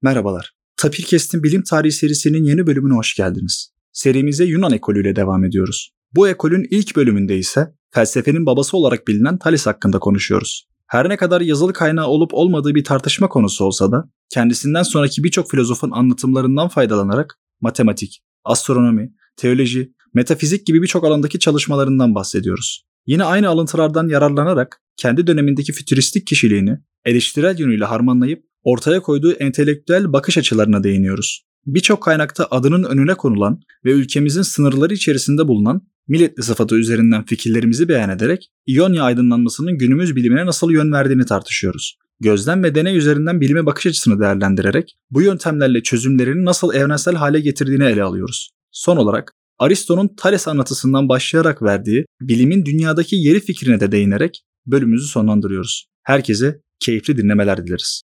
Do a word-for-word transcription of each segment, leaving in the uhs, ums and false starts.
Merhabalar. Tapirkest'in bilim tarihi serisinin yeni bölümüne hoş geldiniz. Serimize Yunan ekolüyle devam ediyoruz. Bu ekolün ilk bölümünde ise felsefenin babası olarak bilinen Thales hakkında konuşuyoruz. Her ne kadar yazılı kaynağı olup olmadığı bir tartışma konusu olsa da kendisinden sonraki birçok filozofun anlatımlarından faydalanarak matematik, astronomi, teoloji, metafizik gibi birçok alandaki çalışmalarından bahsediyoruz. Yine aynı alıntılardan yararlanarak kendi dönemindeki fütüristik kişiliğini eleştirel yönüyle harmanlayıp ortaya koyduğu entelektüel bakış açılarına değiniyoruz. Birçok kaynakta adının önüne konulan ve ülkemizin sınırları içerisinde bulunan milletli sıfatı üzerinden fikirlerimizi beyan ederek İonya aydınlanmasının günümüz bilimine nasıl yön verdiğini tartışıyoruz. Gözlem ve deney üzerinden bilime bakış açısını değerlendirerek bu yöntemlerle çözümlerini nasıl evrensel hale getirdiğini ele alıyoruz. Son olarak Aristo'nun Thales anlatısından başlayarak verdiği bilimin dünyadaki yeri fikrine de değinerek bölümümüzü sonlandırıyoruz. Herkese keyifli dinlemeler dileriz.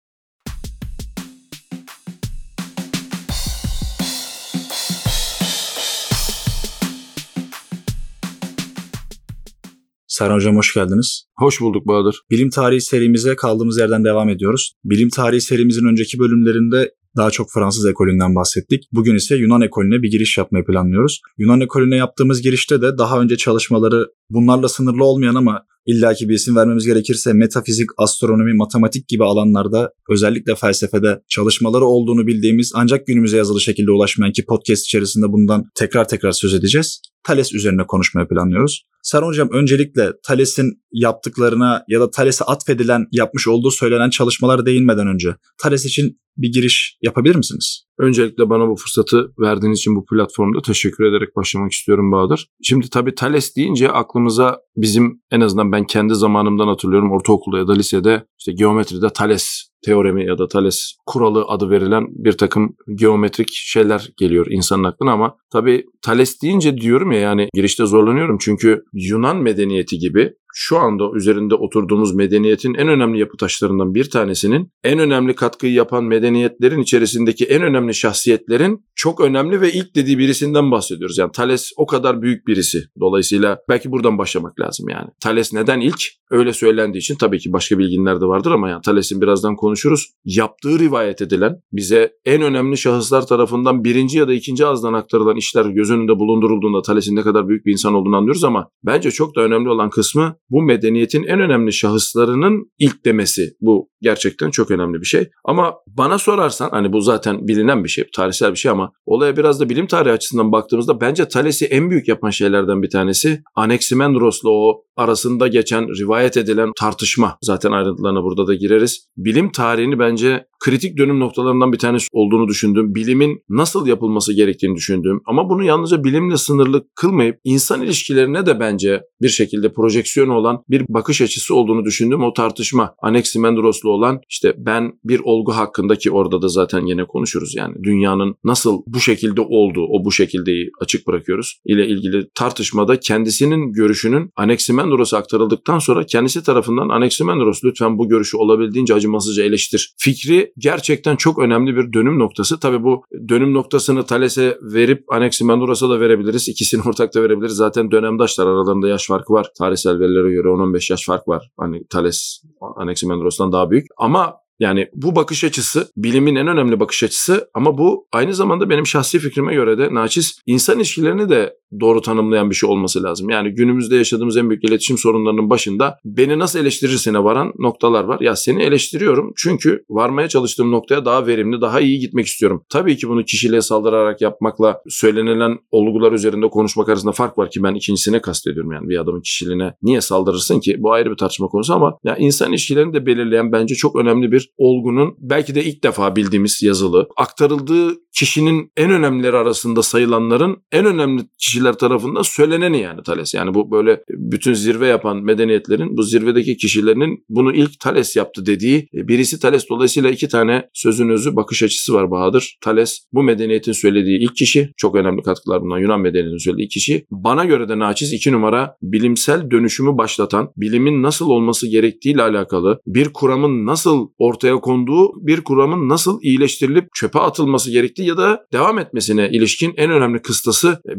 Serhan Hocam hoş geldiniz. Hoş bulduk Bahadır. Bilim tarihi serimize kaldığımız yerden devam ediyoruz. Bilim tarihi serimizin önceki bölümlerinde daha çok Fransız ekolünden bahsettik. Bugün ise Yunan ekolüne bir giriş yapmayı planlıyoruz. Yunan ekolüne yaptığımız girişte de daha önce çalışmaları bunlarla sınırlı olmayan ama illaki bir isim vermemiz gerekirse metafizik, astronomi, matematik gibi alanlarda özellikle felsefede çalışmaları olduğunu bildiğimiz ancak günümüze yazılı şekilde ulaşmayan ki podcast içerisinde bundan tekrar tekrar söz edeceğiz. Thales üzerine konuşmayı planlıyoruz. Serhan Hocam öncelikle Thales'in yaptıklarına ya da Thales'e atfedilen yapmış olduğu söylenen çalışmalara değinmeden önce Thales için bir giriş yapabilir misiniz? Öncelikle bana bu fırsatı verdiğiniz için bu platformda teşekkür ederek başlamak istiyorum Bahadır. Şimdi tabii Thales deyince aklımıza bizim en azından ben kendi zamanımdan hatırlıyorum ortaokulda ya da lisede işte geometride Thales teoremi ya da Thales kuralı adı verilen bir takım geometrik şeyler geliyor insanın aklına ama tabii Thales deyince diyorum ya yani girişte zorlanıyorum çünkü Yunan medeniyeti gibi şu anda üzerinde oturduğumuz medeniyetin en önemli yapı taşlarından bir tanesinin en önemli katkıyı yapan medeniyetlerin içerisindeki en önemli şahsiyetlerin çok önemli ve ilk dediği birisinden bahsediyoruz. Yani Thales o kadar büyük birisi. Dolayısıyla belki buradan başlamak lazım yani. Thales neden ilk? Öyle söylendiği için tabii ki başka bilginler de vardır ama yani Thales'in birazdan konuşuruz. Yaptığı rivayet edilen bize en önemli şahıslar tarafından birinci ya da ikinci ağızdan aktarılan işler göz önünde bulundurulduğunda Thales'in ne kadar büyük bir insan olduğunu anlıyoruz ama bence çok da önemli olan kısmı bu medeniyetin en önemli şahıslarının ilk demesi. Bu gerçekten çok önemli bir şey. Ama bana sorarsan hani bu zaten bilinen bir şey, tarihsel bir şey ama olaya biraz da bilim tarihi açısından baktığımızda bence Thales'i en büyük yapan şeylerden bir tanesi Anaximandros'la o arasında geçen rivayet edilen tartışma. Zaten ayrıntılarına burada da gireriz. Bilim tarihini bence kritik dönüm noktalarından bir tanesi olduğunu düşündüğüm, bilimin nasıl yapılması gerektiğini düşündüğüm ama bunu yalnızca bilimle sınırlı kılmayıp insan ilişkilerine de bence bir şekilde projeksiyonu olan bir bakış açısı olduğunu düşündüğüm o tartışma. Anaximandros'la olan işte ben bir olgu hakkında ki orada da zaten yine konuşuruz yani dünyanın nasıl bu şekilde olduğu, o bu şekildeyi açık bırakıyoruz ile ilgili tartışmada kendisinin görüşünün Anaximandros'a aktarıldıktan sonra kendisi tarafından Anaximandros lütfen bu görüşü olabildiğince acımasızca eleştir fikri gerçekten çok önemli bir dönüm noktası. Tabii bu dönüm noktasını Thales'e verip Anaximandros'a da verebiliriz. İkisini ortak da verebiliriz. Zaten dönemdaşlar aralarında yaş farkı var. Tarihsel verilere göre on on beş yaş fark var. Hani Thales Anaximandros'tan daha büyük. Ama yani bu bakış açısı bilimin en önemli bakış açısı ama bu aynı zamanda benim şahsi fikrime göre de naçiz insan ilişkilerini de doğru tanımlayan bir şey olması lazım. Yani günümüzde yaşadığımız en büyük iletişim sorunlarının başında beni nasıl eleştirirsine varan noktalar var. Ya seni eleştiriyorum çünkü varmaya çalıştığım noktaya daha verimli, daha iyi gitmek istiyorum. Tabii ki bunu kişiliğe saldırarak yapmakla söylenilen olgular üzerinde konuşmak arasında fark var ki ben ikincisine kastediyorum. Yani bir adamın kişiliğine niye saldırırsın ki? Bu ayrı bir tartışma konusu ama ya insan ilişkilerini de belirleyen bence çok önemli bir olgunun belki de ilk defa bildiğimiz yazılı, aktarıldığı kişinin en önemlileri arasında sayılanların en önemli kişiler tarafından söyleneni yani Thales. Yani bu böyle bütün zirve yapan medeniyetlerin bu zirvedeki kişilerinin bunu ilk Thales yaptı dediği birisi Thales. Dolayısıyla iki tane sözün özü bakış açısı var Bahadır. Thales bu medeniyetin söylediği ilk kişi. Çok önemli katkılar bundan Yunan medeniyetinin söylediği kişi. Bana göre de naçiz iki numara bilimsel dönüşümü başlatan, bilimin nasıl olması gerektiğiyle alakalı, bir kuramın nasıl ortaya konduğu, bir kuramın nasıl iyileştirilip çöpe atılması gerektiği ya da devam etmesine ilişkin en önemli kıstası bir insan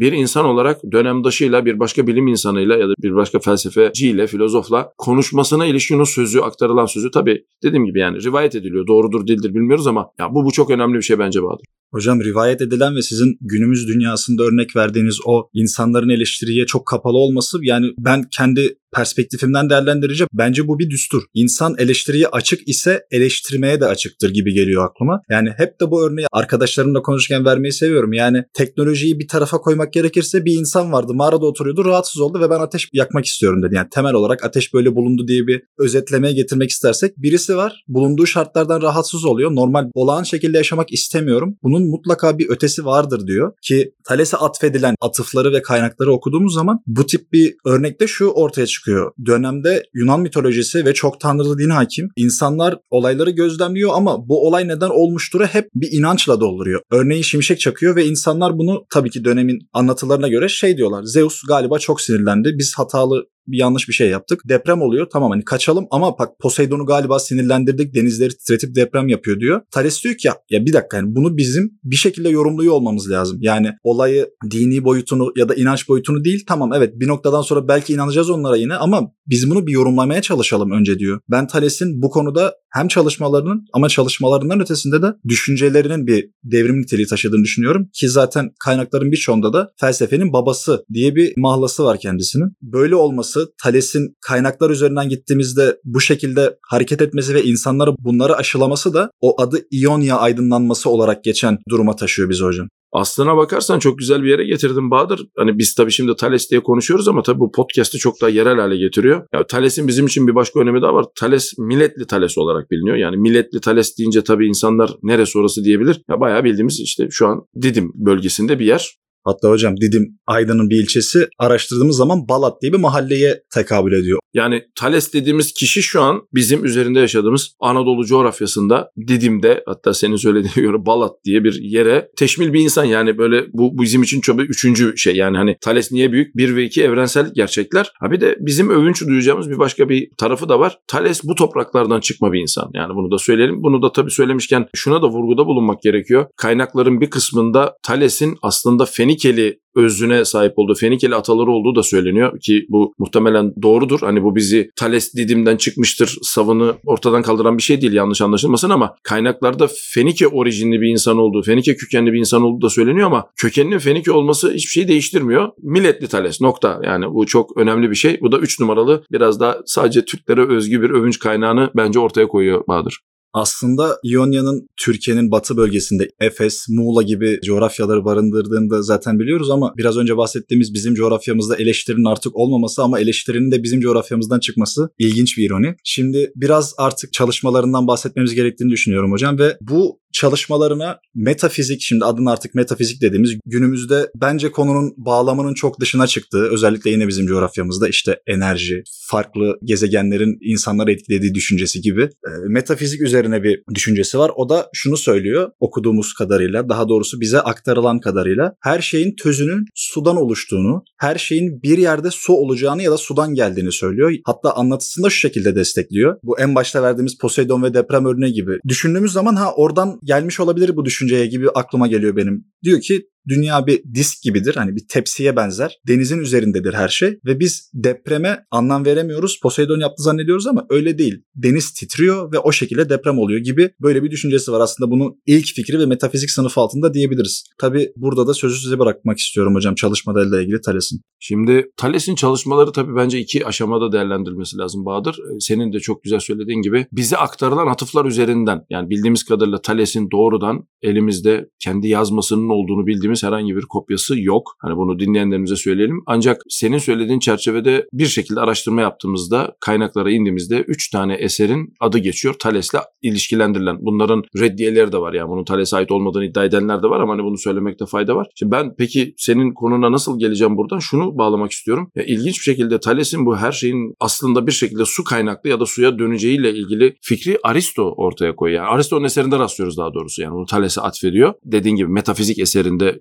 olarak dönemdaşıyla, bir başka bilim insanıyla ya da bir başka felsefeciyle, filozofla konuşmasına ilişkin o sözü, aktarılan sözü tabii dediğim gibi yani rivayet ediliyor. Doğrudur değildir bilmiyoruz ama ya bu bu çok önemli bir şey bence Bahadır. Hocam rivayet edilen ve sizin günümüz dünyasında örnek verdiğiniz o insanların eleştiriye çok kapalı olması, yani ben kendi perspektifimden değerlendireceğim. Bence bu bir düstur. İnsan eleştiriye açık ise eleştirmeye de açıktır gibi geliyor aklıma. Yani hep de bu örneği arkadaşlarımla konuşurken vermeyi seviyorum. Yani teknolojiyi bir tarafa koymak gerekirse bir insan vardı. Mağarada oturuyordu, rahatsız oldu ve ben ateş yakmak istiyorum dedi. Yani temel olarak ateş böyle bulundu diye bir özetlemeye getirmek istersek, birisi var, bulunduğu şartlardan rahatsız oluyor. Normal olağan şekilde yaşamak istemiyorum. Bunun mutlaka bir ötesi vardır diyor ki Thales'e atfedilen atıfları ve kaynakları okuduğumuz zaman bu tip bir örnekte şu ortaya çıkıyor. Dönemde Yunan mitolojisi ve çok tanrılı din hakim. İnsanlar olayları gözlemliyor ama bu olay neden olmuştur'u hep bir inançla dolduruyor. Örneğin şimşek çakıyor ve insanlar bunu tabii ki dönemin anlatılarına göre şey diyorlar. Zeus galiba çok sinirlendi. Biz hatalı bir yanlış bir şey yaptık. Deprem oluyor. Tamam hani kaçalım ama bak Poseidon'u galiba sinirlendirdik. Denizleri titretip deprem yapıyor diyor. Thales diyor ki ya, ya bir dakika yani bunu bizim bir şekilde yorumluyor olmamız lazım. Yani olayı dini boyutunu ya da inanç boyutunu değil. Tamam evet bir noktadan sonra belki inanacağız onlara yine ama biz bunu bir yorumlamaya çalışalım önce diyor. Ben Thales'in bu konuda hem çalışmalarının ama çalışmalarından ötesinde de düşüncelerinin bir devrim niteliği taşıdığını düşünüyorum. Ki zaten kaynakların birçoğunda da felsefenin babası diye bir mahlası var kendisinin. Böyle olması, Thales'in kaynaklar üzerinden gittiğimizde bu şekilde hareket etmesi ve insanlara bunları aşılaması da o adı İonya aydınlanması olarak geçen duruma taşıyor bizi hocam. Aslına bakarsan çok güzel bir yere getirdin Bahadır. Hani biz tabii şimdi Thales diye konuşuyoruz ama tabii bu podcast'ı çok daha yerel hale getiriyor. Ya Thales'in bizim için bir başka önemi daha var. Thales milletli Thales olarak biliniyor. Yani milletli Thales deyince tabii insanlar neresi orası diyebilir. Ya bayağı bildiğimiz işte şu an Didim bölgesinde bir yer. Hatta hocam Didim Aydın'ın bir ilçesi, araştırdığımız zaman Balat diye bir mahalleye tekabül ediyor. Yani Thales dediğimiz kişi şu an bizim üzerinde yaşadığımız Anadolu coğrafyasında Didim'de, hatta senin söylediğin göre Balat diye bir yere teşmil bir insan. Yani böyle bu bizim için çok bir üçüncü şey. Yani hani Thales niye büyük? Bir ve iki evrensel gerçekler. Ha bir de bizim övünç duyacağımız bir başka bir tarafı da var. Thales bu topraklardan çıkma bir insan. Yani bunu da söyleyelim. Bunu da tabii söylemişken şuna da vurguda bulunmak gerekiyor. Kaynakların bir kısmında Thales'in aslında Fenikeli özüne sahip olduğu, Fenikeli ataları olduğu da söyleniyor ki bu muhtemelen doğrudur. Hani bu bizi Thales Didim'den çıkmıştır savını ortadan kaldıran bir şey değil, yanlış anlaşılmasın, ama kaynaklarda Fenike orijinli bir insan olduğu, Fenike kökenli bir insan olduğu da söyleniyor ama kökeninin Fenike olması hiçbir şeyi değiştirmiyor. Milletli Thales nokta. Yani bu çok önemli bir şey. Bu da üç numaralı, biraz daha sadece Türklere özgü bir övünç kaynağını bence ortaya koyuyor Bahadır. Aslında İonya'nın Türkiye'nin batı bölgesinde Efes, Muğla gibi coğrafyaları barındırdığını da zaten biliyoruz ama biraz önce bahsettiğimiz bizim coğrafyamızda eleştirinin artık olmaması ama eleştirinin de bizim coğrafyamızdan çıkması ilginç bir ironi. Şimdi biraz artık çalışmalarından bahsetmemiz gerektiğini düşünüyorum hocam ve bu çalışmalarına metafizik, şimdi adını artık metafizik dediğimiz, günümüzde bence konunun bağlamının çok dışına çıktığı, özellikle yine bizim coğrafyamızda işte enerji, farklı gezegenlerin insanları etkilediği düşüncesi gibi e, metafizik üzerine bir düşüncesi var. O da şunu söylüyor okuduğumuz kadarıyla, daha doğrusu bize aktarılan kadarıyla, her şeyin tözünün sudan oluştuğunu, her şeyin bir yerde su olacağını ya da sudan geldiğini söylüyor. Hatta anlatısında şu şekilde destekliyor. Bu en başta verdiğimiz Poseidon ve deprem örneği gibi düşündüğümüz zaman ha oradan gelmiş olabilir bu düşünceye gibi aklıma geliyor benim. Diyor ki dünya bir disk gibidir. Hani bir tepsiye benzer. Denizin üzerindedir her şey ve biz depreme anlam veremiyoruz. Poseidon yaptı zannediyoruz ama öyle değil. Deniz titriyor ve o şekilde deprem oluyor gibi böyle bir düşüncesi var. Aslında bunun ilk fikri ve metafizik sınıfı altında diyebiliriz. Tabii burada da sözü size bırakmak istiyorum hocam çalışmalarıyla ilgili Thales'in. Şimdi Thales'in çalışmaları tabii bence iki aşamada değerlendirilmesi lazım Bahadır. Senin de çok güzel söylediğin gibi bize aktarılan atıflar üzerinden, yani bildiğimiz kadarıyla Thales'in doğrudan elimizde kendi yazmasının olduğunu bildiğimiz herhangi bir kopyası yok. Hani bunu dinleyenlerimize söyleyelim. Ancak senin söylediğin çerçevede bir şekilde araştırma yaptığımızda, kaynaklara indiğimizde üç tane eserin adı geçiyor Thales'le ilişkilendirilen. Bunların reddiyeleri de var. Yani bunun Thales'e ait olmadığını iddia edenler de var ama hani bunu söylemekte fayda var. Şimdi ben peki senin konuna nasıl geleceğim buradan? Şunu bağlamak istiyorum. Ya, ilginç bir şekilde Thales'in bu her şeyin aslında bir şekilde su kaynaklı ya da suya döneceğiyle ilgili fikri Aristo ortaya koyuyor. Yani Aristo'nun eserinde rastlıyoruz daha doğrusu. Yani bunu Thales'e atfediyor. Dediğin gibi metafizik eserinde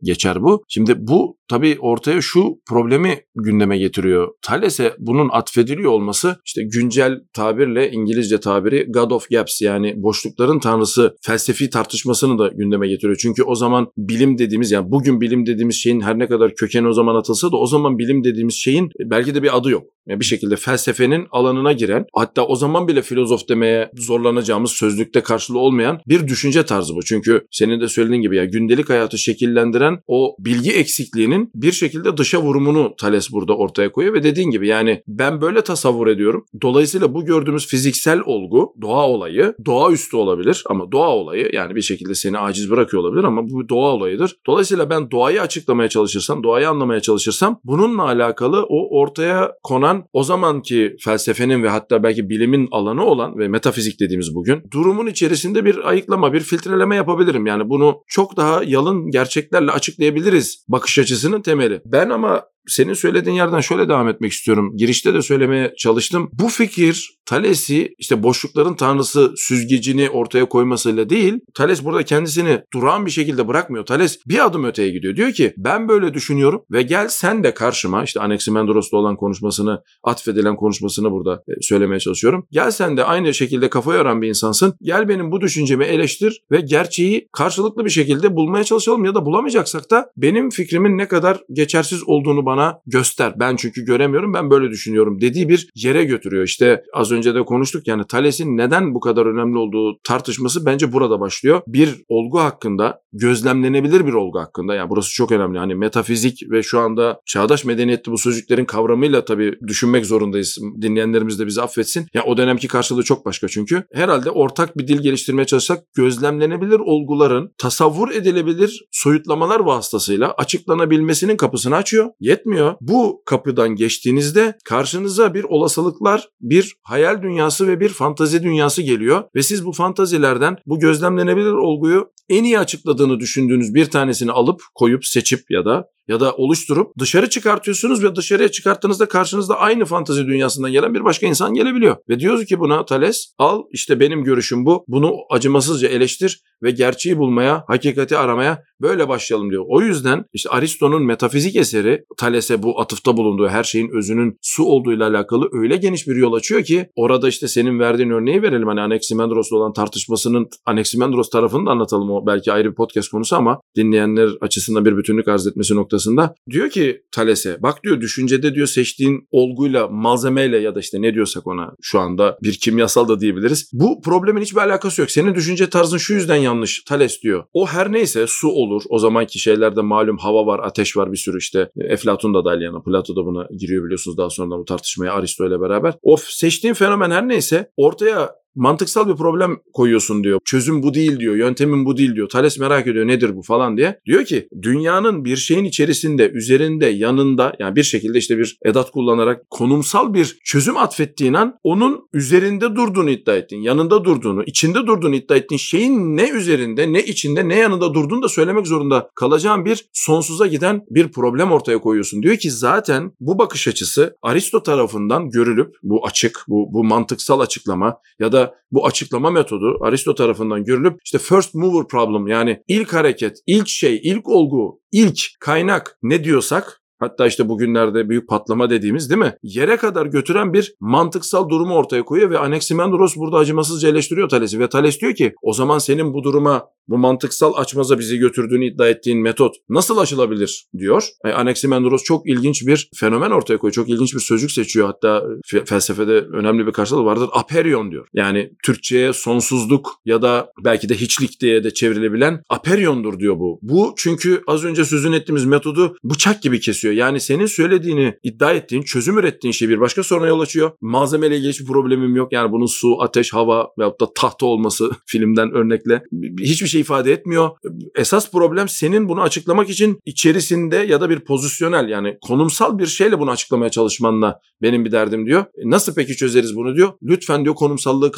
geçer bu. Şimdi bu tabii ortaya şu problemi gündeme getiriyor. Thales'e bunun atfediliyor olması işte güncel tabirle İngilizce tabiri God of Gaps yani boşlukların tanrısı felsefi tartışmasını da gündeme getiriyor. Çünkü o zaman bilim dediğimiz yani bugün bilim dediğimiz şeyin her ne kadar kökeni o zaman atılsa da o zaman bilim dediğimiz şeyin belki de bir adı yok. Yani bir şekilde felsefenin alanına giren hatta o zaman bile filozof demeye zorlanacağımız sözlükte karşılığı olmayan bir düşünce tarzı bu. Çünkü senin de söylediğin gibi ya gündelik hayatı şekillendiren o bilgi eksikliğinin bir şekilde dışa vurumunu Thales burada ortaya koyuyor ve dediğin gibi yani ben böyle tasavvur ediyorum. Dolayısıyla bu gördüğümüz fiziksel olgu, doğa olayı, doğaüstü olabilir ama doğa olayı yani bir şekilde seni aciz bırakıyor olabilir ama bu doğa olayıdır. Dolayısıyla ben doğayı açıklamaya çalışırsam, doğayı anlamaya çalışırsam bununla alakalı o ortaya konan o zamanki felsefenin ve hatta belki bilimin alanı olan ve metafizik dediğimiz bugün durumun içerisinde bir ayıklama, bir filtreleme yapabilirim. Yani bunu çok daha yalın gerçeklerle açıklayabiliriz bakış açısının temeli. Ben ama senin söylediğin yerden şöyle devam etmek istiyorum. Girişte de söylemeye çalıştım. Bu fikir Thales'i işte boşlukların tanrısı süzgecini ortaya koymasıyla değil, Thales burada kendisini durağan bir şekilde bırakmıyor. Thales bir adım öteye gidiyor. Diyor ki ben böyle düşünüyorum ve gel sen de karşıma işte Anaximandros'ta olan konuşmasını, atfedilen konuşmasını burada söylemeye çalışıyorum. Gel sen de aynı şekilde kafa yoran bir insansın. Gel benim bu düşüncemi eleştir ve gerçeği karşılıklı bir şekilde bulmaya çalışalım ya da bulamayacaksak da benim fikrimin ne kadar geçersiz olduğunu bana bana göster. Ben çünkü göremiyorum, ben böyle düşünüyorum dediği bir yere götürüyor. İşte az önce de konuştuk yani Thales'in neden bu kadar önemli olduğu tartışması bence burada başlıyor. Bir olgu hakkında, gözlemlenebilir bir olgu hakkında yani burası çok önemli. Hani metafizik ve şu anda çağdaş medeniyette bu sözcüklerin kavramıyla tabii düşünmek zorundayız. Dinleyenlerimiz de bizi affetsin. Ya yani o dönemki karşılığı çok başka çünkü. Herhalde ortak bir dil geliştirmeye çalışsak gözlemlenebilir olguların tasavvur edilebilir soyutlamalar vasıtasıyla açıklanabilmesinin kapısını açıyor. Yetmiyor. Bu kapıdan geçtiğinizde karşınıza bir olasılıklar, bir hayal dünyası ve bir fantazi dünyası geliyor ve siz bu fantazilerden bu gözlemlenebilir olguyu en iyi açıkladığını düşündüğünüz bir tanesini alıp koyup seçip ya da ya da oluşturup dışarı çıkartıyorsunuz ve dışarıya çıkarttığınızda karşınızda aynı fantazi dünyasından gelen bir başka insan gelebiliyor. Ve diyoruz ki buna Thales al işte benim görüşüm bu. Bunu acımasızca eleştir ve gerçeği bulmaya, hakikati aramaya böyle başlayalım diyor. O yüzden işte Aristo'nun metafizik eseri Thales'e bu atıfta bulunduğu her şeyin özünün su olduğuyla alakalı öyle geniş bir yol açıyor ki orada işte senin verdiğin örneği verelim. Hani Anaximandros'la olan tartışmasının Anaximandros tarafını da anlatalım. O belki ayrı bir podcast konusu ama dinleyenler açısından bir bütünlük arz etmesi noktasında diyor ki Thales'e bak diyor düşüncede diyor seçtiğin olguyla, malzemeyle ya da işte ne diyorsak ona şu anda bir kimyasal da diyebiliriz. Bu problemin hiçbir alakası yok. Senin düşünce tarzın şu yüzden yanlış Thales diyor. O her neyse su olur. O zamanki şeylerde malum hava var, ateş var bir sürü işte. Eflatun da dahil yani. Plato da buna giriyor biliyorsunuz daha sonra bu tartışmaya Aristo ile beraber. O seçtiğin fenomen her neyse ortaya mantıksal bir problem koyuyorsun diyor. Çözüm bu değil diyor. Yöntemin bu değil diyor. Thales merak ediyor nedir bu falan diye. Diyor ki dünyanın bir şeyin içerisinde, üzerinde, yanında yani bir şekilde işte bir edat kullanarak konumsal bir çözüm atfettiğin an onun üzerinde durduğunu iddia ettiğin, yanında durduğunu, içinde durduğunu iddia ettiğin şeyin ne üzerinde, ne içinde, ne yanında durduğunu da söylemek zorunda kalacağın bir sonsuza giden bir problem ortaya koyuyorsun. Diyor ki zaten bu bakış açısı Aristo tarafından görülüp bu açık, bu, bu mantıksal açıklama ya da bu açıklama metodu Aristo tarafından görülüp işte first mover problem yani ilk hareket, ilk şey, ilk olgu, ilk kaynak ne diyorsak hatta işte bugünlerde büyük patlama dediğimiz değil mi? Yere kadar götüren bir mantıksal durumu ortaya koyuyor ve Anaximandros burada acımasızca eleştiriyor Thales'i ve Thales diyor ki o zaman senin bu duruma bu mantıksal açmaza bizi götürdüğünü iddia ettiğin metot nasıl aşılabilir diyor. Yani Anaximandros çok ilginç bir fenomen ortaya koyuyor. Çok ilginç bir sözcük seçiyor. Hatta f- felsefede önemli bir karşılığı vardır. Aperion diyor. Yani Türkçe'ye sonsuzluk ya da belki de hiçlik diye de çevrilebilen aperiondur diyor bu. Bu çünkü az önce sözünü ettiğimiz metodu bıçak gibi kesiyor. Yani senin söylediğini, iddia ettiğin, çözüm ürettiğin şey bir başka soruna yol açıyor. Malzemeyle ilgili hiçbir problemim yok. Yani bunun su, ateş, hava veyahut da tahta olması filmden örnekle hiçbir şey ifade etmiyor. Esas problem senin bunu açıklamak için içerisinde ya da bir pozisyonel yani konumsal bir şeyle bunu açıklamaya çalışmanla benim bir derdim diyor. Nasıl peki çözeriz bunu diyor. Lütfen diyor konumsallığı kaldır.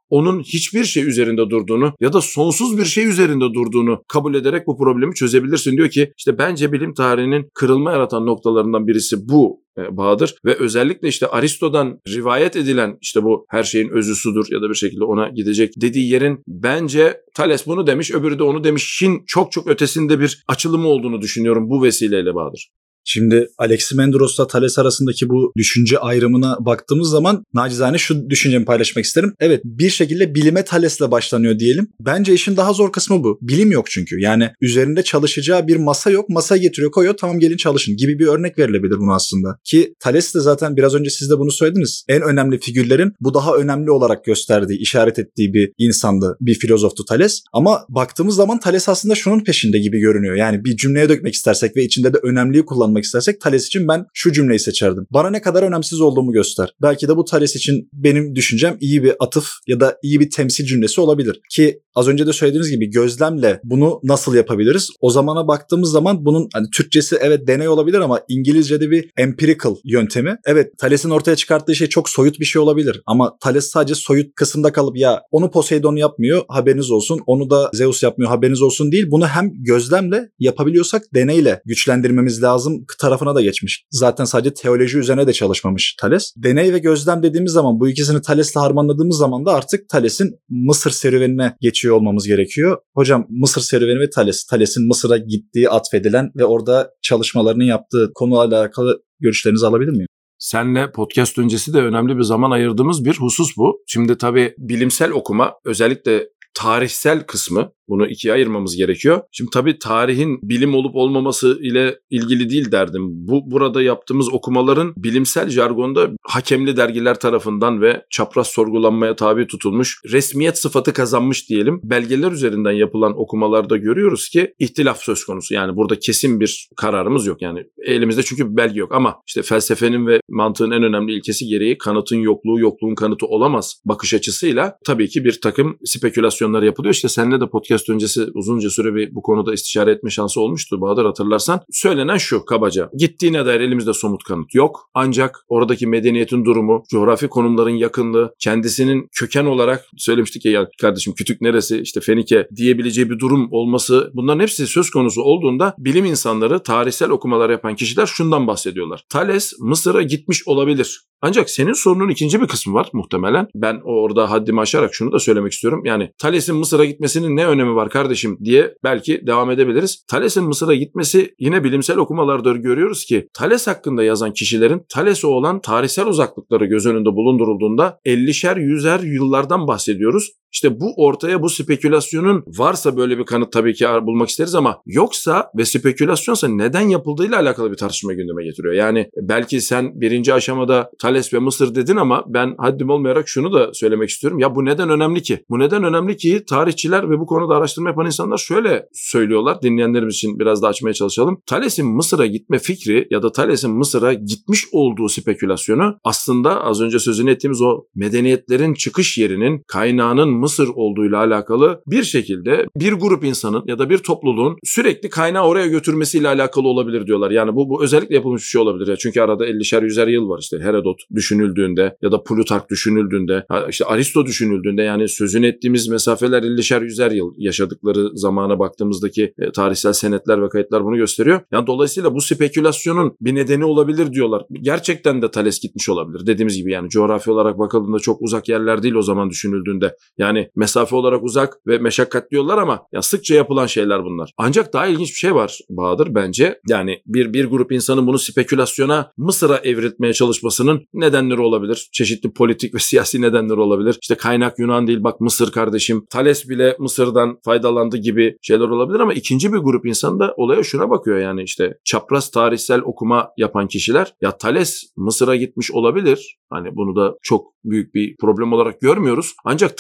onun hiçbir şey üzerinde durduğunu ya da sonsuz bir şey üzerinde durduğunu kabul ederek bu problemi çözebilirsin. Diyor ki işte bence bilim tarihinin kırılma yaratan noktalarından birisi bu Bahadır ve özellikle işte Aristo'dan rivayet edilen işte bu her şeyin özü sudur ya da bir şekilde ona gidecek dediği yerin bence Thales bunu demiş, öbürü de onu demişin çok çok ötesinde bir açılımı olduğunu düşünüyorum bu vesileyle Bahadır. Şimdi Aleximenderos'la Thales arasındaki bu düşünce ayrımına baktığımız zaman nacizane şu düşüncemi paylaşmak isterim. Evet, bir şekilde bilime Thales'le başlanıyor diyelim. Bence işin daha zor kısmı bu. Bilim yok çünkü. Yani üzerinde çalışacağı bir masa yok. Masaya getiriyor, koyuyor. Tamam gelin çalışın gibi bir örnek verilebilir bunu aslında. Ki Thales de zaten biraz önce siz de bunu söylediniz. En önemli figürlerin bu daha önemli olarak gösterdiği, işaret ettiği bir insandı. Bir filozoftu Thales. Ama baktığımız zaman Thales aslında şunun peşinde gibi görünüyor. Yani bir cümleye dökmek istersek ve içinde de önemliyi kullanmak istersek Thales için ben şu cümleyi seçerdim. Bana ne kadar önemsiz olduğumu göster. Belki de bu Thales için benim düşüncem iyi bir atıf ya da iyi bir temsil cümlesi olabilir. Ki az önce de söylediğiniz gibi gözlemle bunu nasıl yapabiliriz? O zamana baktığımız zaman bunun hani Türkçesi evet deney olabilir ama İngilizce'de bir empirical yöntemi. Evet, Thales'in ortaya çıkarttığı şey çok soyut bir şey olabilir ama Thales sadece soyut kısımda kalıp ya onu Poseidon yapmıyor haberiniz olsun, onu da Zeus yapmıyor haberiniz olsun değil. Bunu hem gözlemle yapabiliyorsak deneyle güçlendirmemiz lazım tarafına da geçmiş. Zaten sadece teoloji üzerine de çalışmamış Thales. Deney ve gözlem dediğimiz zaman bu ikisini Thales'le harmanladığımız zaman da artık Thales'in Mısır serüvenine geçiyor olmamız gerekiyor. Hocam Mısır serüveni ve Thales. Thales'in Mısır'a gittiği atfedilen ve orada çalışmalarını yaptığı konuyla alakalı görüşlerinizi alabilir miyim? Senle podcast öncesi de önemli bir zaman ayırdığımız bir husus bu. Şimdi tabii bilimsel okuma özellikle tarihsel kısmı bunu ikiye ayırmamız gerekiyor. Şimdi tabii tarihin bilim olup olmaması ile ilgili değil derdim. Bu burada yaptığımız okumaların bilimsel jargonda hakemli dergiler tarafından ve çapraz sorgulanmaya tabi tutulmuş, resmiyet sıfatı kazanmış diyelim belgeler üzerinden yapılan okumalarda görüyoruz ki ihtilaf söz konusu. Yani burada kesin bir kararımız yok. Yani elimizde çünkü bir belge yok ama işte felsefenin ve mantığın en önemli ilkesi gereği kanıtın yokluğu yokluğun kanıtı olamaz bakış açısıyla tabii ki bir takım spekülasyonlar yapılıyor. İşte seninle de podcast öncesi uzunca süre bir bu konuda istişare etme şansı olmuştu Bahadır, hatırlarsan. Söylenen şu kabaca. Gittiğine dair elimizde somut kanıt yok. Ancak oradaki medeniyetin durumu, coğrafi konumların yakınlığı, kendisinin köken olarak söylemiştik ya kardeşim kütük neresi işte Fenike diyebileceği bir durum olması, bunların hepsi söz konusu olduğunda bilim insanları, tarihsel okumalar yapan kişiler şundan bahsediyorlar. Thales Mısır'a gitmiş olabilir. Ancak senin sorunun ikinci bir kısmı var muhtemelen. Ben orada haddimi aşarak şunu da söylemek istiyorum. Yani Thales'in Mısır'a gitmesinin ne önemi var kardeşim diye belki devam edebiliriz. Thales'in Mısır'a gitmesi yine bilimsel okumalarda görüyoruz ki Thales hakkında yazan kişilerin Thales'e olan tarihsel uzaklıkları göz önünde bulundurulduğunda ellişer yüzer yıllardan bahsediyoruz. İşte bu ortaya bu spekülasyonun varsa böyle bir kanıt tabii ki bulmak isteriz ama yoksa ve spekülasyonsa neden yapıldığıyla alakalı bir tartışma gündeme getiriyor. Yani belki sen birinci aşamada Thales ve Mısır dedin ama ben haddim olmayarak şunu da söylemek istiyorum. Ya bu neden önemli ki? Bu neden önemli ki tarihçiler ve bu konuda araştırma yapan insanlar şöyle söylüyorlar. Dinleyenlerimiz için biraz da açmaya çalışalım. Thales'in Mısır'a gitme fikri ya da Thales'in Mısır'a gitmiş olduğu spekülasyonu aslında az önce sözünü ettiğimiz o medeniyetlerin çıkış yerinin kaynağının Mısır olduğuyla alakalı bir şekilde bir grup insanın ya da bir topluluğun sürekli kaynağı oraya götürmesiyle alakalı olabilir diyorlar. Yani bu, bu özellikle yapılmış bir şey olabilir. Ya. Çünkü arada ellişer yüzer yıl var işte Herodot düşünüldüğünde ya da Plutark düşünüldüğünde, işte Aristo düşünüldüğünde yani sözünü ettiğimiz mesafeler ellişer yüzer yıl yaşadıkları zamana baktığımızdaki e, tarihsel senetler ve kayıtlar bunu gösteriyor. Yani dolayısıyla bu spekülasyonun bir nedeni olabilir diyorlar. Gerçekten de Thales gitmiş olabilir. Dediğimiz gibi yani coğrafi olarak bakıldığında çok uzak yerler değil o zaman düşünüldüğünde. Yani Yani mesafe olarak uzak ve meşakkatli yollar ama ya sıkça yapılan şeyler bunlar. Ancak daha ilginç bir şey var Bahadır bence. Yani bir bir grup insanın bunu spekülasyona Mısır'a evriltmeye çalışmasının nedenleri olabilir. Çeşitli politik ve siyasi nedenleri olabilir. İşte kaynak Yunan değil bak Mısır kardeşim. Thales bile Mısır'dan faydalandı gibi şeyler olabilir ama ikinci bir grup insan da olaya şuna bakıyor yani işte çapraz tarihsel okuma yapan kişiler ya Thales Mısır'a gitmiş olabilir. Hani bunu da çok büyük bir problem olarak görmüyoruz. Ancak Thales'in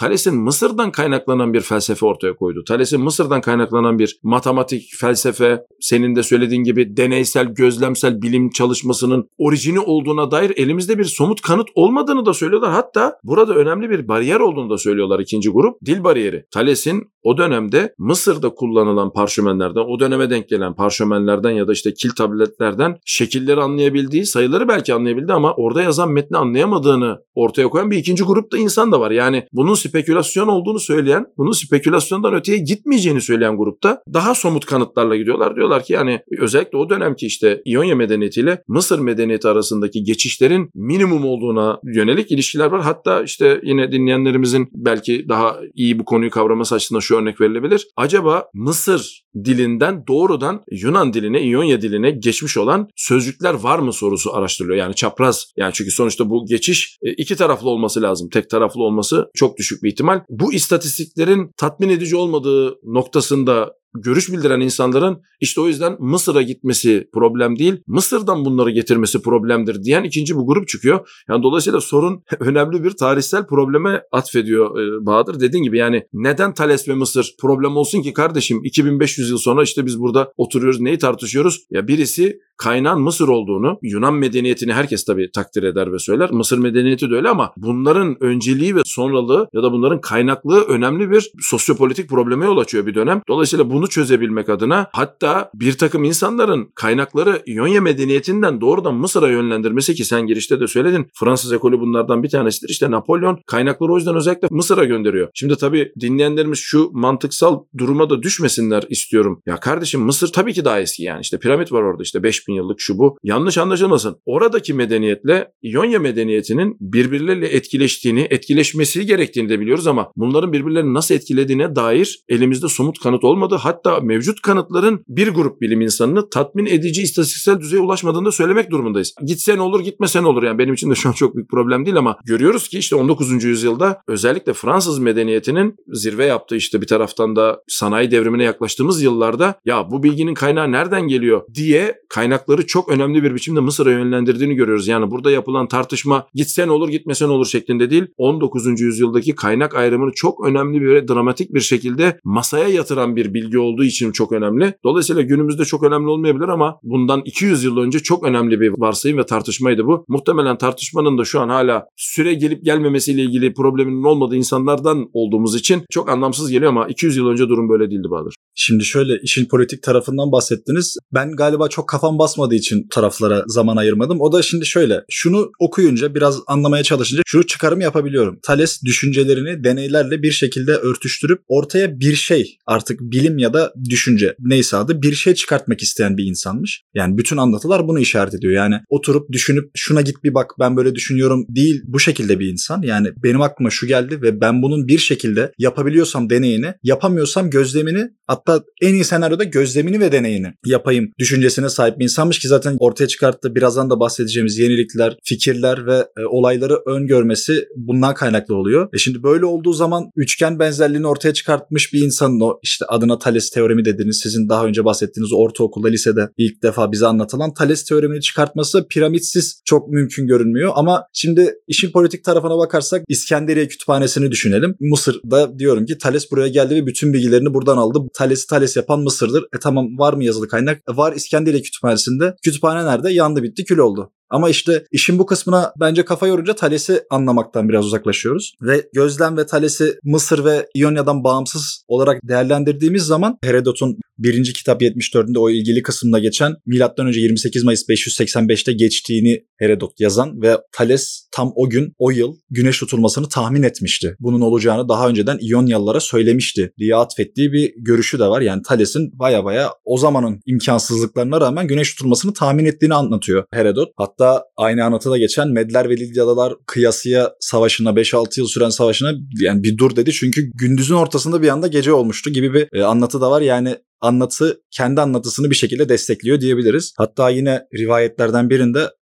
Mısır'dan kaynaklanan bir felsefe ortaya koydu. Thales'in Mısır'dan kaynaklanan bir matematik, felsefe, senin de söylediğin gibi deneysel, gözlemsel bilim çalışmasının orijini olduğuna dair elimizde bir somut kanıt olmadığını da söylüyorlar. Hatta burada önemli bir bariyer olduğunu da söylüyorlar ikinci grup. Dil bariyeri. Thales'in o dönemde Mısır'da kullanılan parşömenlerden, o döneme denk gelen parşömenlerden ya da işte kil tabletlerden şekilleri anlayabildiği, sayıları belki anlayabildi ama orada yazan metni anlayamadığını ortaya koyan bir ikinci grupta insan da var. Yani bunun spekülasyon olduğunu söyleyen, bunun spekülasyondan öteye gitmeyeceğini söyleyen grupta daha somut kanıtlarla gidiyorlar. Diyorlar ki yani özellikle o dönemki işte İonya medeniyetiyle Mısır medeniyeti arasındaki geçişlerin minimum olduğuna yönelik ilişkiler var. Hatta işte yine dinleyenlerimizin belki daha iyi bu konuyu kavraması açısından şu örnek verilebilir. Acaba Mısır dilinden doğrudan Yunan diline, İonya diline geçmiş olan sözcükler var mı sorusu araştırılıyor. Yani çapraz. Yani çünkü sonuçta bu geçiş iki taraflı olması lazım. Tek taraflı olması çok düşük bir ihtimal. Bu istatistiklerin tatmin edici olmadığı noktasında görüş bildiren insanların işte o yüzden Mısır'a gitmesi problem değil, Mısır'dan bunları getirmesi problemdir diyen ikinci bu grup çıkıyor. Yani dolayısıyla sorun önemli bir tarihsel probleme atfediyor e, Bahadır. Dediğin gibi yani neden Thales ve Mısır problem olsun ki kardeşim? iki bin beş yüz yıl sonra işte biz burada oturuyoruz, neyi tartışıyoruz? Ya birisi kaynağın Mısır olduğunu, Yunan medeniyetini herkes tabii takdir eder ve söyler. Mısır medeniyeti de öyle ama bunların önceliği ve sonralığı ya da bunların kaynaklığı önemli bir sosyopolitik probleme yol açıyor bir dönem. Dolayısıyla bunu çözebilmek adına hatta bir takım insanların kaynakları İonya medeniyetinden doğrudan Mısır'a yönlendirmesi ki sen girişte de söyledin. Fransız ekolü bunlardan bir tanesidir. İşte Napolyon kaynakları o yüzden özellikle Mısır'a gönderiyor. Şimdi tabii dinleyenlerimiz şu mantıksal duruma da düşmesinler istiyorum. Ya kardeşim Mısır tabii ki daha eski yani. İşte piramit var orada işte beş bin yıllık şu bu. Yanlış anlaşılmasın. Oradaki medeniyetle İonya medeniyetinin birbirleriyle etkileştiğini, etkileşmesi gerektiğini de biliyoruz ama bunların birbirlerini nasıl etkilediğine dair elimizde somut kanıt olmadı. Hatta mevcut kanıtların bir grup bilim insanını tatmin edici istatistiksel düzeye ulaşmadığını da söylemek durumundayız. Gitsen olur, gitmesen olur. Yani benim için de şu an çok büyük problem değil ama görüyoruz ki işte on dokuzuncu yüzyılda özellikle Fransız medeniyetinin zirve yaptığı işte bir taraftan da sanayi devrimine yaklaştığımız yıllarda ya bu bilginin kaynağı nereden geliyor diye kaynakları çok önemli bir biçimde Mısır'a yönlendirdiğini görüyoruz. Yani burada yapılan tartışma gitsen olur, gitmesen olur şeklinde değil. on dokuzuncu yüzyıldaki kaynak ayrımını çok önemli bir dramatik bir şekilde masaya yatıran bir bilgi olduğu için çok önemli. Dolayısıyla günümüzde çok önemli olmayabilir ama bundan iki yüz yıl önce çok önemli bir varsayım ve tartışmaydı bu. Muhtemelen tartışmanın da şu an hala süre gelip gelmemesiyle ilgili probleminin olmadığı insanlardan olduğumuz için çok anlamsız geliyor ama iki yüz yıl önce durum böyle değildi Bahadır. Şimdi şöyle işin politik tarafından bahsettiniz. Ben galiba çok kafam basmadığı için taraflara zaman ayırmadım. O da şimdi şöyle. Şunu okuyunca biraz anlamaya çalışınca şunu çıkarım yapabiliyorum. Thales düşüncelerini deneylerle bir şekilde örtüştürüp ortaya bir şey artık bilim ya da düşünce neyse adı bir şey çıkartmak isteyen bir insanmış. Yani bütün anlatılar bunu işaret ediyor. Yani oturup düşünüp şuna git bir bak ben böyle düşünüyorum değil bu şekilde bir insan. Yani benim aklıma şu geldi ve ben bunun bir şekilde yapabiliyorsam deneyini, yapamıyorsam gözlemini hatta en iyi senaryoda gözlemini ve deneyini yapayım düşüncesine sahip bir insanmış ki zaten ortaya çıkarttığı birazdan da bahsedeceğimiz yenilikler, fikirler ve e, olayları öngörmesi bundan kaynaklı oluyor. E şimdi böyle olduğu zaman üçgen benzerliğini ortaya çıkartmış bir insanın o işte adına Thales teoremi dediğiniz sizin daha önce bahsettiğiniz ortaokulda lisede ilk defa bize anlatılan Thales teoremini çıkartması piramitsiz çok mümkün görünmüyor ama şimdi işin politik tarafına bakarsak İskenderiye kütüphanesini düşünelim. Mısır'da diyorum ki Thales buraya geldi ve bütün bilgilerini buradan aldı. Thales'i Thales yapan Mısır'dır. E tamam var mı yazılı kaynak? E var İskenderiye kütüphanesinde. Kütüphane nerede? Yandı bitti kül oldu. Ama işte işin bu kısmına bence kafa yorunca Thales'i anlamaktan biraz uzaklaşıyoruz. Ve gözlem ve Thales'i Mısır ve İonya'dan bağımsız olarak değerlendirdiğimiz zaman Herodot'un birinci kitap yetmiş dördünde o ilgili kısımda geçen milattan önce yirmi sekiz Mayıs beş yüz seksen beşte geçtiğini Herodot yazan ve Thales tam o gün o yıl güneş tutulmasını tahmin etmişti. Bunun olacağını daha önceden İonyalılara söylemişti diye atfettiği bir görüşü de var. Yani Thales'in baya baya o zamanın imkansızlıklarına rağmen güneş tutulmasını tahmin ettiğini anlatıyor Herodot. Hatta aynı anlatıda geçen Medler ve Lidyalılar kıyasıya savaşına beş altı yıl süren savaşına yani bir dur dedi çünkü gündüzün ortasında bir anda gece olmuştu gibi bir e, anlatı da var. Yani anlatı kendi anlatısını bir şekilde destekliyor diyebiliriz. Hatta yine rivayetlerden birinde